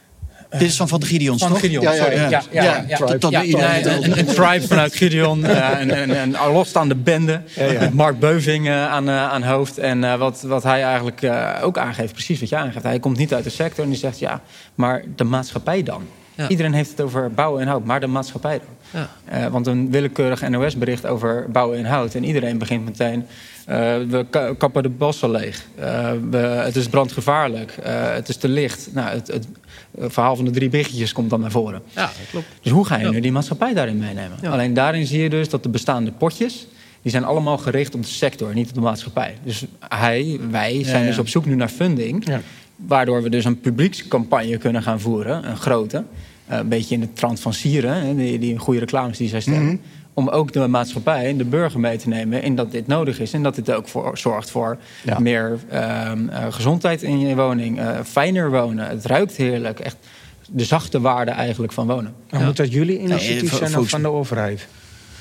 Uh, Dit is van, van de Gideons, van toch? Gideon, ja, ja, sorry. Ja, ja, ja, ja, ja. Tribe. Dat, dat ja, ja, een, een tribe vanuit Gideon. Uh, een, een, een losstaande bende. Ja, ja. Met Mark Beuving uh, aan, uh, aan hoofd. En uh, wat, wat hij eigenlijk uh, ook aangeeft, precies wat jij aangeeft. Hij komt niet uit de sector en die zegt, ja, maar de maatschappij dan? Ja. Iedereen heeft het over bouwen en hout, maar de maatschappij dan? Ja. Uh, want een willekeurig N O S-bericht over bouwen en hout. En iedereen begint meteen, uh, we kappen de bossen leeg. Uh, we, het is brandgevaarlijk. Uh, het is te licht. Nou, het, het verhaal van de drie biggetjes komt dan naar voren. Ja, dat klopt. Dus hoe ga je ja. nu die maatschappij daarin meenemen? Ja. Alleen daarin zie je dus dat de bestaande potjes, die zijn allemaal gericht op de sector, niet op de maatschappij. Dus hij, wij zijn ja, ja. dus op zoek nu naar funding. Ja. Waardoor we dus een publiekscampagne kunnen gaan voeren, een grote. Uh, een beetje in de trant van Sieren, hè, die, die goede reclames die zij stellen. Mm-hmm. Om ook de maatschappij en de burger mee te nemen in dat dit nodig is. En dat dit ook voor, zorgt voor ja. meer uh, uh, gezondheid in je woning. Uh, fijner wonen. Het ruikt heerlijk. Echt de zachte waarde eigenlijk van wonen. Maar ja. moet dat jullie initiatief nee, zijn of van de overheid?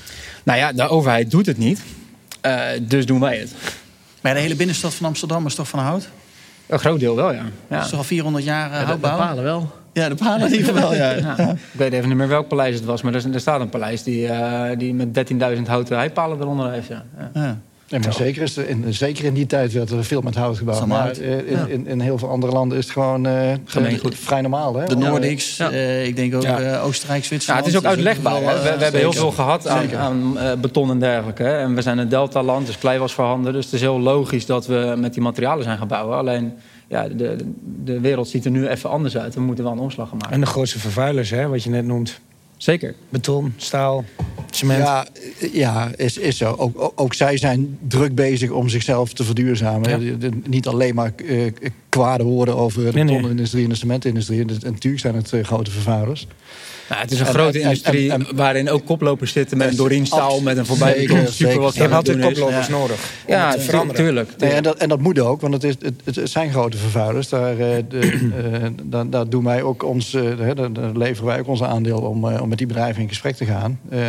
Nou ja, de overheid doet het niet. Uh, dus doen wij het. Maar de hele binnenstad van Amsterdam is toch van hout? Een groot deel wel, ja. ja. Dat is toch al vierhonderd jaar uh, ja, houtbouw? De palen wel. Ja, de palen die wel, ja. ja. ja. Ik weet even niet meer welk paleis het was, maar er, er staat een paleis die, uh, die met dertienduizend houten heipalen eronder heeft. Ja. Ja. Ja. Ja, maar zeker, is er, in, zeker in die tijd werd er veel met hout gebouwd. Maar in, ja. in, in heel veel andere landen is het gewoon uh, gemeengoed vrij normaal. Hè? De Noordics, ja. uh, ik denk ook ja. uh, Oostenrijk, Zwitserland. Ja, het is ook uitlegbaar. Uh, we, we hebben heel veel gehad aan, aan uh, beton en dergelijke. Hè. En we zijn een deltaland, dus klei was voorhanden. Dus het is heel logisch dat we met die materialen zijn gaan bouwen. Alleen, ja, de, de wereld ziet er nu even anders uit. We moeten wel een omslag gaan maken. En de grootste vervuilers, hè, wat je net noemt. Zeker. Beton, staal, cement. Ja, ja is, is zo. Ook, ook zij zijn druk bezig om zichzelf te verduurzamen. Ja. Niet alleen maar uh, kwade woorden over de nee, nee. betonindustrie en de cementindustrie. En natuurlijk zijn het uh, grote vervuilers. Nou, het is een en, grote en, industrie en, en, waarin ook koplopers zitten met een Dorien staal, met een voorbij zeker, super wat je hebt altijd doen is. koplopers Ja. nodig. Ja, te veranderen. tuurlijk. Nee, en, dat, en dat moet ook, want het, is, het, het zijn grote vervuilers. Daar, uh, de, uh, daar, daar doen wij ook ons, uh, daar, daar leveren wij ook ons aandeel om, uh, om met die bedrijven in gesprek te gaan. Uh,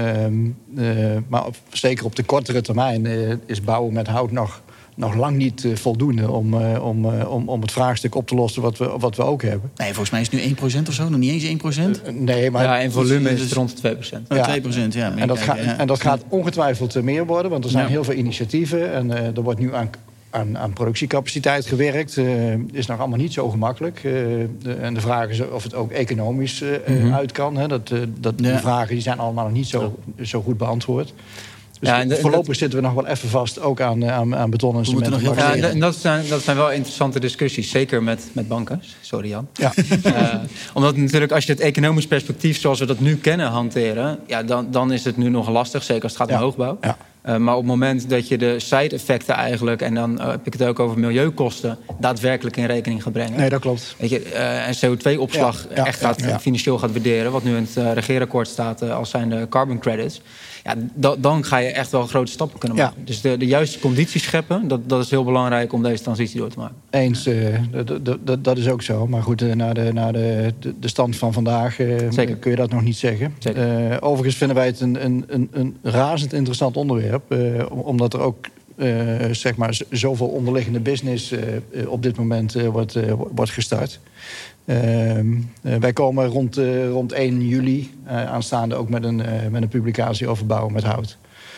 uh, maar op, zeker op de kortere termijn uh, is bouwen met hout nog, nog lang niet uh, voldoende om, uh, om, uh, om, om het vraagstuk op te lossen wat we, wat we ook hebben. Nee, volgens mij is het nu één procent of zo, nog niet eens één procent. Uh, nee, maar Ja, in volume is dus- het rond de twee procent. Oh, Ja. twee procent, ja. En dat, Kijk, gaat, ja. en dat gaat ongetwijfeld uh, meer worden, want er zijn Ja. heel veel initiatieven. En uh, er wordt nu aan, aan, aan productiecapaciteit gewerkt. Uh, is nog allemaal niet zo gemakkelijk. Uh, de, en de vraag is of het ook economisch uh, Mhm. uit kan. Hè. Dat, uh, dat, Ja. Die vragen die zijn allemaal nog niet zo, zo goed beantwoord. Dus Ja, en de- en voorlopig dat- zitten we nog wel even vast, ook aan, uh, aan, aan beton en We cement. moeten nog heel Ja, veel en dat zijn, dat zijn wel interessante discussies. Zeker met, met banken. Sorry, Jan. Ja. Uh, omdat natuurlijk als je het economisch perspectief zoals we dat nu kennen hanteren, ja, dan, dan is het nu nog lastig. Zeker als het gaat Ja. om hoogbouw. Ja. Uh, maar op het moment dat je de side-effecten eigenlijk, en dan uh, heb ik het ook over milieukosten, daadwerkelijk in rekening gaat brengen. Nee, dat klopt. Weet je, uh, en C O twee opslag Ja, ja, echt gaat, ja, ja. financieel gaat waarderen, wat nu in het uh, regeerakkoord staat uh, als zijn de carbon credits. Ja, da- dan ga je echt wel grote stappen kunnen Ja. maken. Dus de, de juiste condities scheppen, dat, dat is heel belangrijk om deze transitie door te maken. Eens, uh, dat, dat- dat, dat is ook zo. Maar goed, uh, naar, de, naar de, de, de stand van vandaag uh, Zeker. kun je dat nog niet zeggen. Zeker. Uh, overigens vinden wij het een, een, een, een razend interessant onderwerp. Uh, omdat er ook uh, zeg maar z- zoveel onderliggende business uh, uh, op dit moment uh, wordt, uh, wordt gestart. Uh, uh, wij komen rond, uh, rond één juli uh, aanstaande ook met een, uh, met een publicatie over bouwen met hout.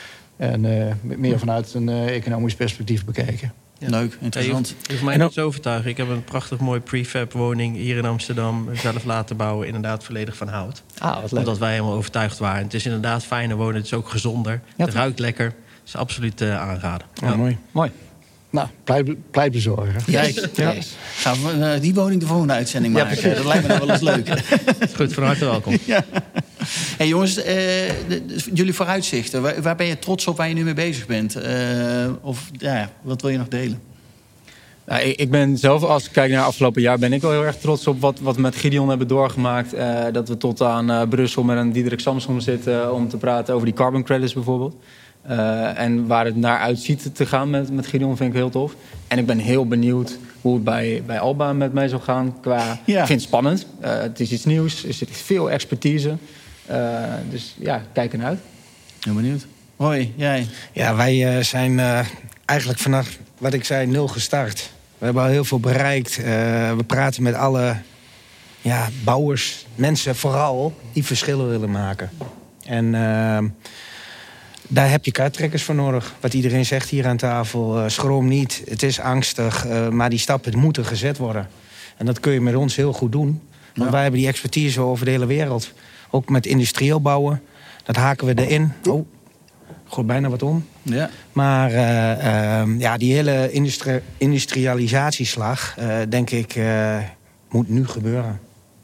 En uh, meer vanuit een uh, economisch perspectief bekeken. Leuk, Ja, je interessant. hoeft, je hoeft mij niet te overtuigen. Ik heb een prachtig mooi prefab woning hier in Amsterdam zelf laten bouwen. Inderdaad volledig van hout. Ah, wat leuk. Omdat wij helemaal overtuigd waren. Het is inderdaad fijner wonen. Het is ook gezonder. Ja, het ruikt lekker. Het is absoluut uh, aanraden. Ja, mooi. Mooi. Nou, pleit, pleit bezorgen. Kijk, ja. Gaan we uh, die woning de volgende uitzending Ja, maken? precies. Dat lijkt me nou wel eens leuk. Goed, van harte welkom. Ja. Hey jongens, uh, de, de, jullie vooruitzichten. Waar, waar ben je trots op waar je nu mee bezig bent? Uh, of ja, wat wil je nog delen? Nou, ik, ik ben zelf, als ik kijk naar het afgelopen jaar, ben ik wel heel erg trots op wat, wat we met Gideon hebben doorgemaakt. Uh, dat we tot aan uh, Brussel met een Diederik Samsom zitten om te praten over die carbon credits bijvoorbeeld. Uh, en waar het naar uitziet te gaan met, met Gideon vind ik heel tof. En ik ben heel benieuwd hoe het bij, bij Alba met mij zal gaan. Qua, Ja. Ik vind het spannend. Uh, het is iets nieuws. Er zit veel expertise. Uh, dus ja, kijk ernaar uit. Heel benieuwd. Hoi, jij. Ja, wij uh, zijn uh, eigenlijk vanaf, wat ik zei, nul gestart. We hebben al heel veel bereikt. Uh, we praten met alle ja, bouwers, mensen vooral, die verschillen willen maken. En uh, daar heb je kaarttrekkers voor nodig. Wat iedereen zegt hier aan tafel, uh, schroom niet, het is angstig. Uh, maar die stappen moeten gezet worden. En dat kun je met ons heel goed doen. Want Ja. wij hebben die expertise over de hele wereld. Ook met industrieel bouwen. Dat haken we erin. Oh, gooit bijna wat om. Ja. Maar uh, uh, ja, die hele industri- industrialisatieslag, uh, denk ik, uh, moet nu gebeuren.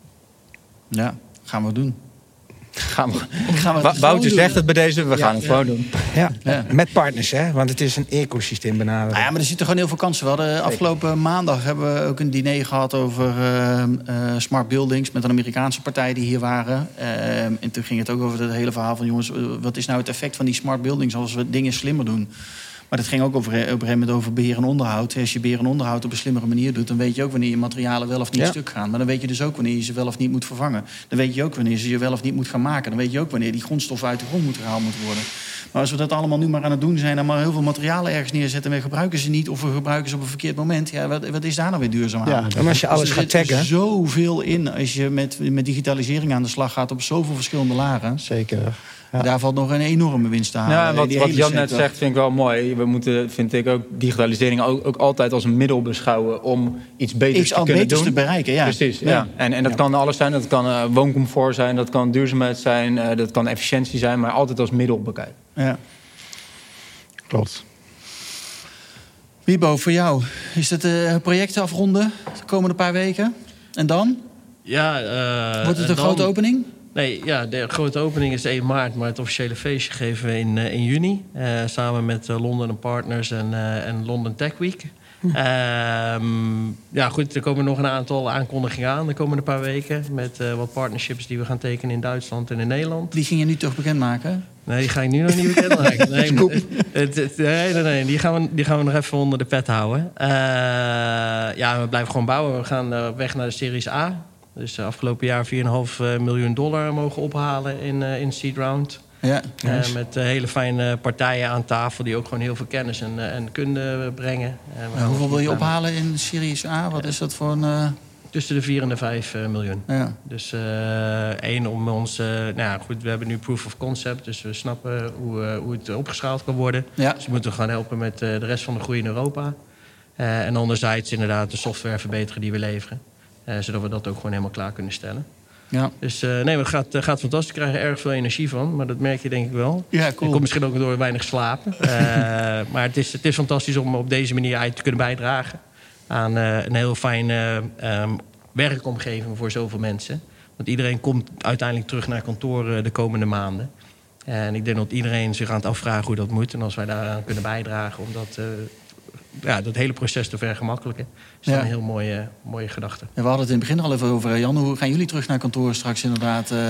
Ja, gaan we doen. Gaan we. Gaan we Wa- het Wouter gewoon zegt doen. het bij deze, we gaan het ja. gewoon doen. Ja, Ja. met partners, hè? Want het is een ecosysteem benaderen. Nou ja, maar er zitten gewoon heel veel kansen. We hadden afgelopen maandag hebben we ook een diner gehad over uh, uh, smart buildings met een Amerikaanse partij die hier waren. Uh, en toen ging het ook over het hele verhaal van jongens, uh, wat is nou het effect van die smart buildings als we dingen slimmer doen? Maar dat ging ook over, op een gegeven moment over beheer en onderhoud. Als je beheer en onderhoud op een slimmere manier doet, dan weet je ook wanneer je materialen wel of niet Ja. stuk gaan. Maar dan weet je dus ook wanneer je ze wel of niet moet vervangen. Dan weet je ook wanneer je ze wel of niet moet gaan maken. Dan weet je ook wanneer die grondstoffen uit de grond moeten gehaald moeten worden. Maar als we dat allemaal nu maar aan het doen zijn en maar heel veel materialen ergens neerzetten en we gebruiken ze niet of we gebruiken ze op een verkeerd moment, ja, wat, wat is daar nou weer duurzaam aan? Ja, En als je alles Dus er gaat zit taggen, zoveel in als je met, met digitalisering aan de slag gaat op zoveel verschillende lagen. Zeker. Ja. Daar valt nog een enorme winst te halen. Ja, wat, Die wat hele Jan net sector. zegt vind ik wel mooi. We moeten, vind ik ook, digitalisering ook, ook altijd als een middel beschouwen om iets beters Iets te al kunnen beters doen. te bereiken, ja. Precies, ja. Ja. En, en dat Ja. kan alles zijn. Dat kan uh, wooncomfort zijn, dat kan duurzaamheid zijn, uh, dat kan efficiëntie zijn, maar altijd als middel bekijken. Ja. Klopt. Wibo, voor jou, is het uh, project afronden de komende paar weken? En dan? Ja, uh, Wordt het een dan- grote opening? Nee, ja, de grote opening is één maart, maar het officiële feestje geven we in, uh, in juni. Uh, samen met uh, London Partners en, uh, en London Tech Week. Um, ja, goed, er komen nog een aantal aankondigingen aan de komende paar weken. Met uh, wat partnerships die we gaan tekenen in Duitsland en in Nederland. Die ging je nu toch bekendmaken? Nee, die ga ik nu nog niet bekendmaken. Nee, het, het, nee, nee, nee. Die, gaan we, die gaan we nog even onder de pet houden. Uh, ja, we blijven gewoon bouwen. We gaan uh, weg naar de Series A. Dus uh, afgelopen jaar vier komma vijf miljoen dollar mogen ophalen in, uh, in Seed Round. Ja, nice. uh, met uh, hele fijne partijen aan tafel die ook gewoon heel veel kennis en, uh, en kunde brengen. Uh, ja, hoeveel wil je ophalen in Series A? Wat is dat voor een... Uh... Tussen de vier en de vijf uh, miljoen. Ja. Dus uh, één om ons... Uh, nou ja, goed, we hebben nu proof of concept, dus we snappen hoe, uh, hoe het opgeschaald kan worden. Ja. Dus we moeten gaan helpen met uh, de rest van de groei in Europa. Uh, en anderzijds inderdaad de software verbeteren die we leveren. Uh, zodat we dat ook gewoon helemaal klaar kunnen stellen. Ja. Dus uh, nee, het gaat, uh, gaat fantastisch. We krijgen erg veel energie van. Maar dat merk je denk ik wel. Ja, cool. Ik kom misschien ook door weinig slapen. uh, maar het is, het is fantastisch om op deze manier uit te kunnen bijdragen aan uh, een heel fijne uh, um, werkomgeving voor zoveel mensen. Want iedereen komt uiteindelijk terug naar kantoor uh, de komende maanden. En ik denk dat iedereen zich aan het afvragen hoe dat moet. En als wij daaraan kunnen bijdragen om dat... Uh, ja, dat hele proces te vergemakkelijken. Is ja. een heel mooie, mooie gedachte. En we hadden het in het begin al even over, Jan. Hoe gaan jullie terug naar kantoor straks inderdaad? Uh,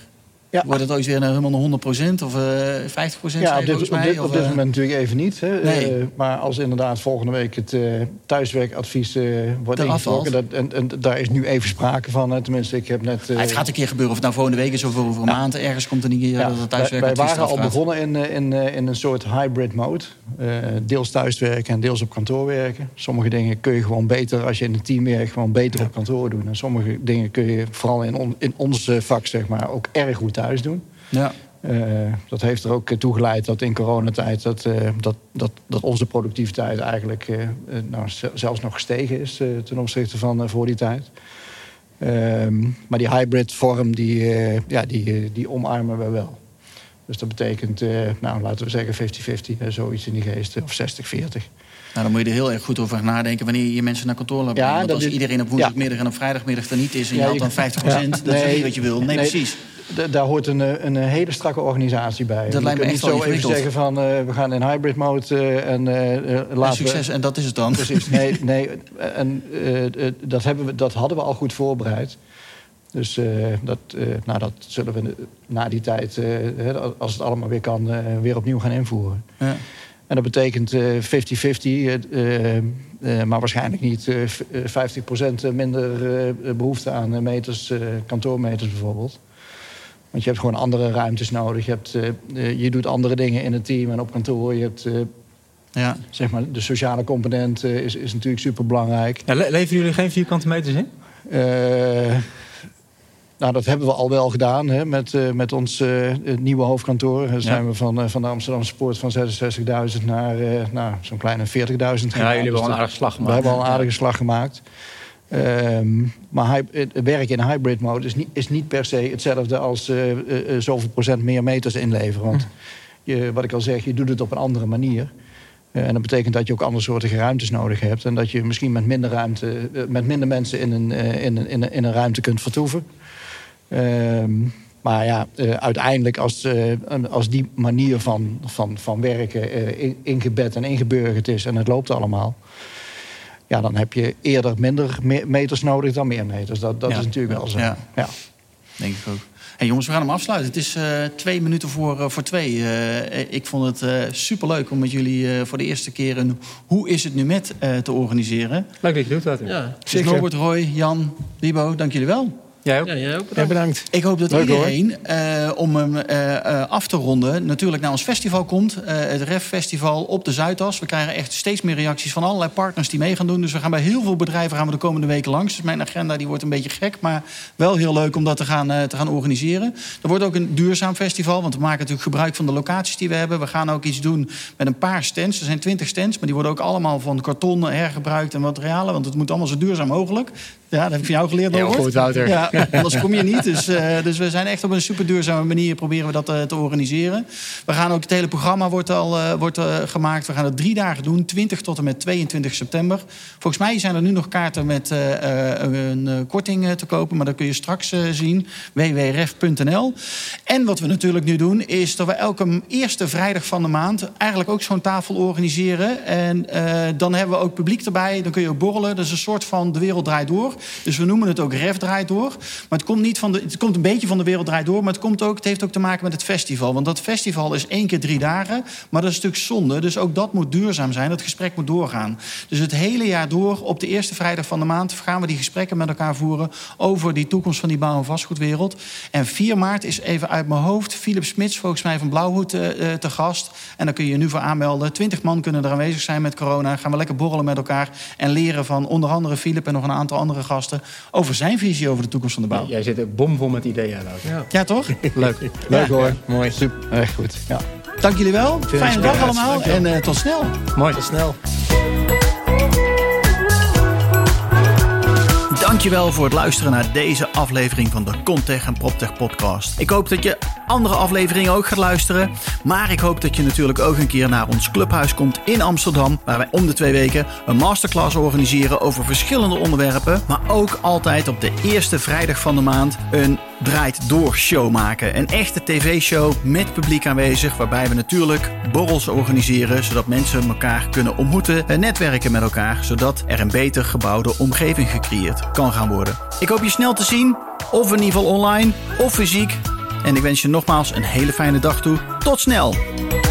ja. Wordt het ooit weer helemaal naar honderd procent of uh, vijftig procent? Ja, op dit, mij, op dit, of, op dit uh... moment natuurlijk even niet. Hè. Nee. Uh, maar als inderdaad volgende week het uh, thuiswerkadvies uh, wordt ingetrokken... Dat, en, en daar is nu even sprake van. Hè. Tenminste, ik heb net... Uh... Ja, het gaat een keer gebeuren. Of het nou volgende week is of over een ja. maand. Ergens komt er niet ja, dat het thuiswerkadvies. Wij waren al gaat. begonnen in, in, in een soort hybrid mode. Uh, deels thuiswerken en deels op kantoor werken. Sommige dingen kun je gewoon beter, als je in een team werkt... gewoon beter ja. op kantoor doen. En sommige dingen kun je vooral in, on, in ons vak zeg maar, ook erg goed thuis doen. Ja. Uh, dat heeft er ook toe geleid dat in coronatijd... dat, uh, dat, dat, dat onze productiviteit eigenlijk uh, nou, zelfs nog gestegen is... Uh, ten opzichte van uh, voor die tijd. Uh, maar die hybrid vorm, die, uh, ja, die, uh, die omarmen we wel. Dus dat betekent, uh, nou, laten we zeggen vijftig vijftig, uh, zoiets in die geest, of zestig veertig. Nou, dan moet je er heel erg goed over nadenken wanneer je mensen naar kantoor laat brengen. Ja, Want als is, iedereen op woensdagmiddag ja. en op vrijdagmiddag er niet is... en je ja, haalt dan vijftig procent, ja, dat nee, is niet wat je wil. Nee, nee precies. D- daar hoort een, een hele strakke organisatie bij. Dat lijkt me echt niet zo even zeggen van uh, we gaan in hybrid mode uh, en uh, laten en succes, we... en dat is het dan. Precies, nee, nee en, uh, uh, dat, hebben we, dat hadden we al goed voorbereid. Dus uh, dat, uh, nou, dat zullen we na die tijd, uh, als het allemaal weer kan, uh, weer opnieuw gaan invoeren. Ja. En dat betekent uh, vijftig vijftig, uh, uh, uh, maar waarschijnlijk niet uh, vijftig procent minder uh, behoefte aan uh, meters, uh, kantoormeters bijvoorbeeld. Want je hebt gewoon andere ruimtes nodig. Je, hebt, uh, uh, je doet andere dingen in het team en op kantoor. Je hebt, uh, ja. zeg maar, de sociale component uh, is, is natuurlijk superbelangrijk. Ja, le- leveren jullie geen vierkante meters in? Uh, Nou, dat hebben we al wel gedaan hè, met, uh, met ons uh, nieuwe hoofdkantoor. Dan zijn ja. we van, uh, van de Amsterdamse Poort van zesenzestigduizend naar uh, nou, zo'n kleine veertigduizend gegaan. Ja, jullie hebben al een aardige slag gemaakt. We hebben al een aardige slag gemaakt. Um, maar hy- het werken in hybrid mode is niet, is niet per se hetzelfde als uh, uh, uh, zoveel procent meer meters inleveren. Want je, wat ik al zeg, je doet het op een andere manier. Uh, en dat betekent dat je ook andere soorten ruimtes nodig hebt. En dat je misschien met minder, ruimte, uh, met minder mensen in een, uh, in, een, in, een, in een ruimte kunt vertoeven. Um, maar ja, uh, uiteindelijk als, uh, als die manier van, van, van werken uh, in, ingebed en ingeburgerd is en het loopt allemaal, ja, dan heb je eerder minder meters nodig dan meer meters. Dat, dat ja. is natuurlijk wel zo. Ja. Ja. Denk ik ook. Hey jongens, we gaan hem afsluiten. Het is uh, twee minuten voor, uh, voor twee. Uh, ik vond het uh, superleuk om met jullie uh, voor de eerste keer een Hoe is het nu met uh, te organiseren. Leuk dat je doet dat. Ja. Dus Norbert, Roy, Jan, Libo, dank jullie wel. Jij ook? Ja, jij ook bedankt. Ja, bedankt. Ik hoop dat Leuk, iedereen, uh, om hem uh, uh, af te ronden, natuurlijk naar ons festival komt. Uh, het R E F Festival op de Zuidas. We krijgen echt steeds meer reacties van allerlei partners die mee gaan doen. Dus we gaan bij heel veel bedrijven gaan we de komende weken langs. Dus mijn agenda die wordt een beetje gek, maar wel heel leuk om dat te gaan, uh, te gaan organiseren. Er wordt ook een duurzaam festival, want we maken natuurlijk gebruik van de locaties die we hebben. We gaan ook iets doen met een paar stands. Er zijn twintig stands, maar die worden ook allemaal van karton hergebruikt en materialen. Want het moet allemaal zo duurzaam mogelijk. Ja, dat heb ik van jou geleerd, Heel Norbert. goed, Wouter. Ja, anders kom je niet. Dus, uh, dus we zijn echt op een super duurzame manier proberen we dat uh, te organiseren. We gaan ook, het hele programma wordt al uh, wordt, uh, gemaakt. We gaan het drie dagen doen, twintig tot en met tweeëntwintig september. Volgens mij zijn er nu nog kaarten met uh, uh, een uh, korting uh, te kopen. Maar dat kun je straks uh, zien. w w w punt ref punt n l. En wat we natuurlijk nu doen, is dat we elke eerste vrijdag van de maand eigenlijk ook zo'n tafel organiseren. En uh, dan hebben we ook publiek erbij. Dan kun je ook borrelen. Dat is een soort van De Wereld Draait Door. Dus we noemen het ook Ref Draait Door. Maar het komt, niet van de, het komt een beetje van De Wereld Draait Door. Maar het, komt ook, het heeft ook te maken met het festival. Want dat festival is één keer drie dagen. Maar dat is natuurlijk zonde. Dus ook dat moet duurzaam zijn. Dat gesprek moet doorgaan. Dus het hele jaar door, op de eerste vrijdag van de maand, gaan we die gesprekken met elkaar voeren over die toekomst van die bouw- en vastgoedwereld. En vier maart is even uit mijn hoofd Philip Smits, volgens mij van Blauwhoed, uh, te gast. En daar kun je je nu voor aanmelden. Twintig man kunnen er aanwezig zijn met corona. Gaan we lekker borrelen met elkaar en leren van onder andere Philip en nog een aantal andere gasten over zijn visie over de toekomst van de bouw. Jij zit er bomvol met ideeën, ja. ja, toch? Leuk. Leuk hoor. Ja, mooi. Super. Echt goed. Ja. Dank jullie wel. Fijne dag allemaal. En uh, tot snel. Mooi. Tot snel. Dankjewel voor het luisteren naar deze aflevering van de Contech en PropTech podcast. Ik hoop dat je andere afleveringen ook gaat luisteren. Maar ik hoop dat je natuurlijk ook een keer naar ons clubhuis komt in Amsterdam. Waar wij om de twee weken een masterclass organiseren over verschillende onderwerpen. Maar ook altijd op de eerste vrijdag van de maand een Draait Door show maken. Een echte tv-show met publiek aanwezig. Waarbij we natuurlijk borrels organiseren. Zodat mensen elkaar kunnen ontmoeten en netwerken met elkaar. Zodat er een beter gebouwde omgeving gecreëerd kan gaan worden. Ik hoop je snel te zien. Of in ieder geval online. Of fysiek. En ik wens je nogmaals een hele fijne dag toe. Tot snel!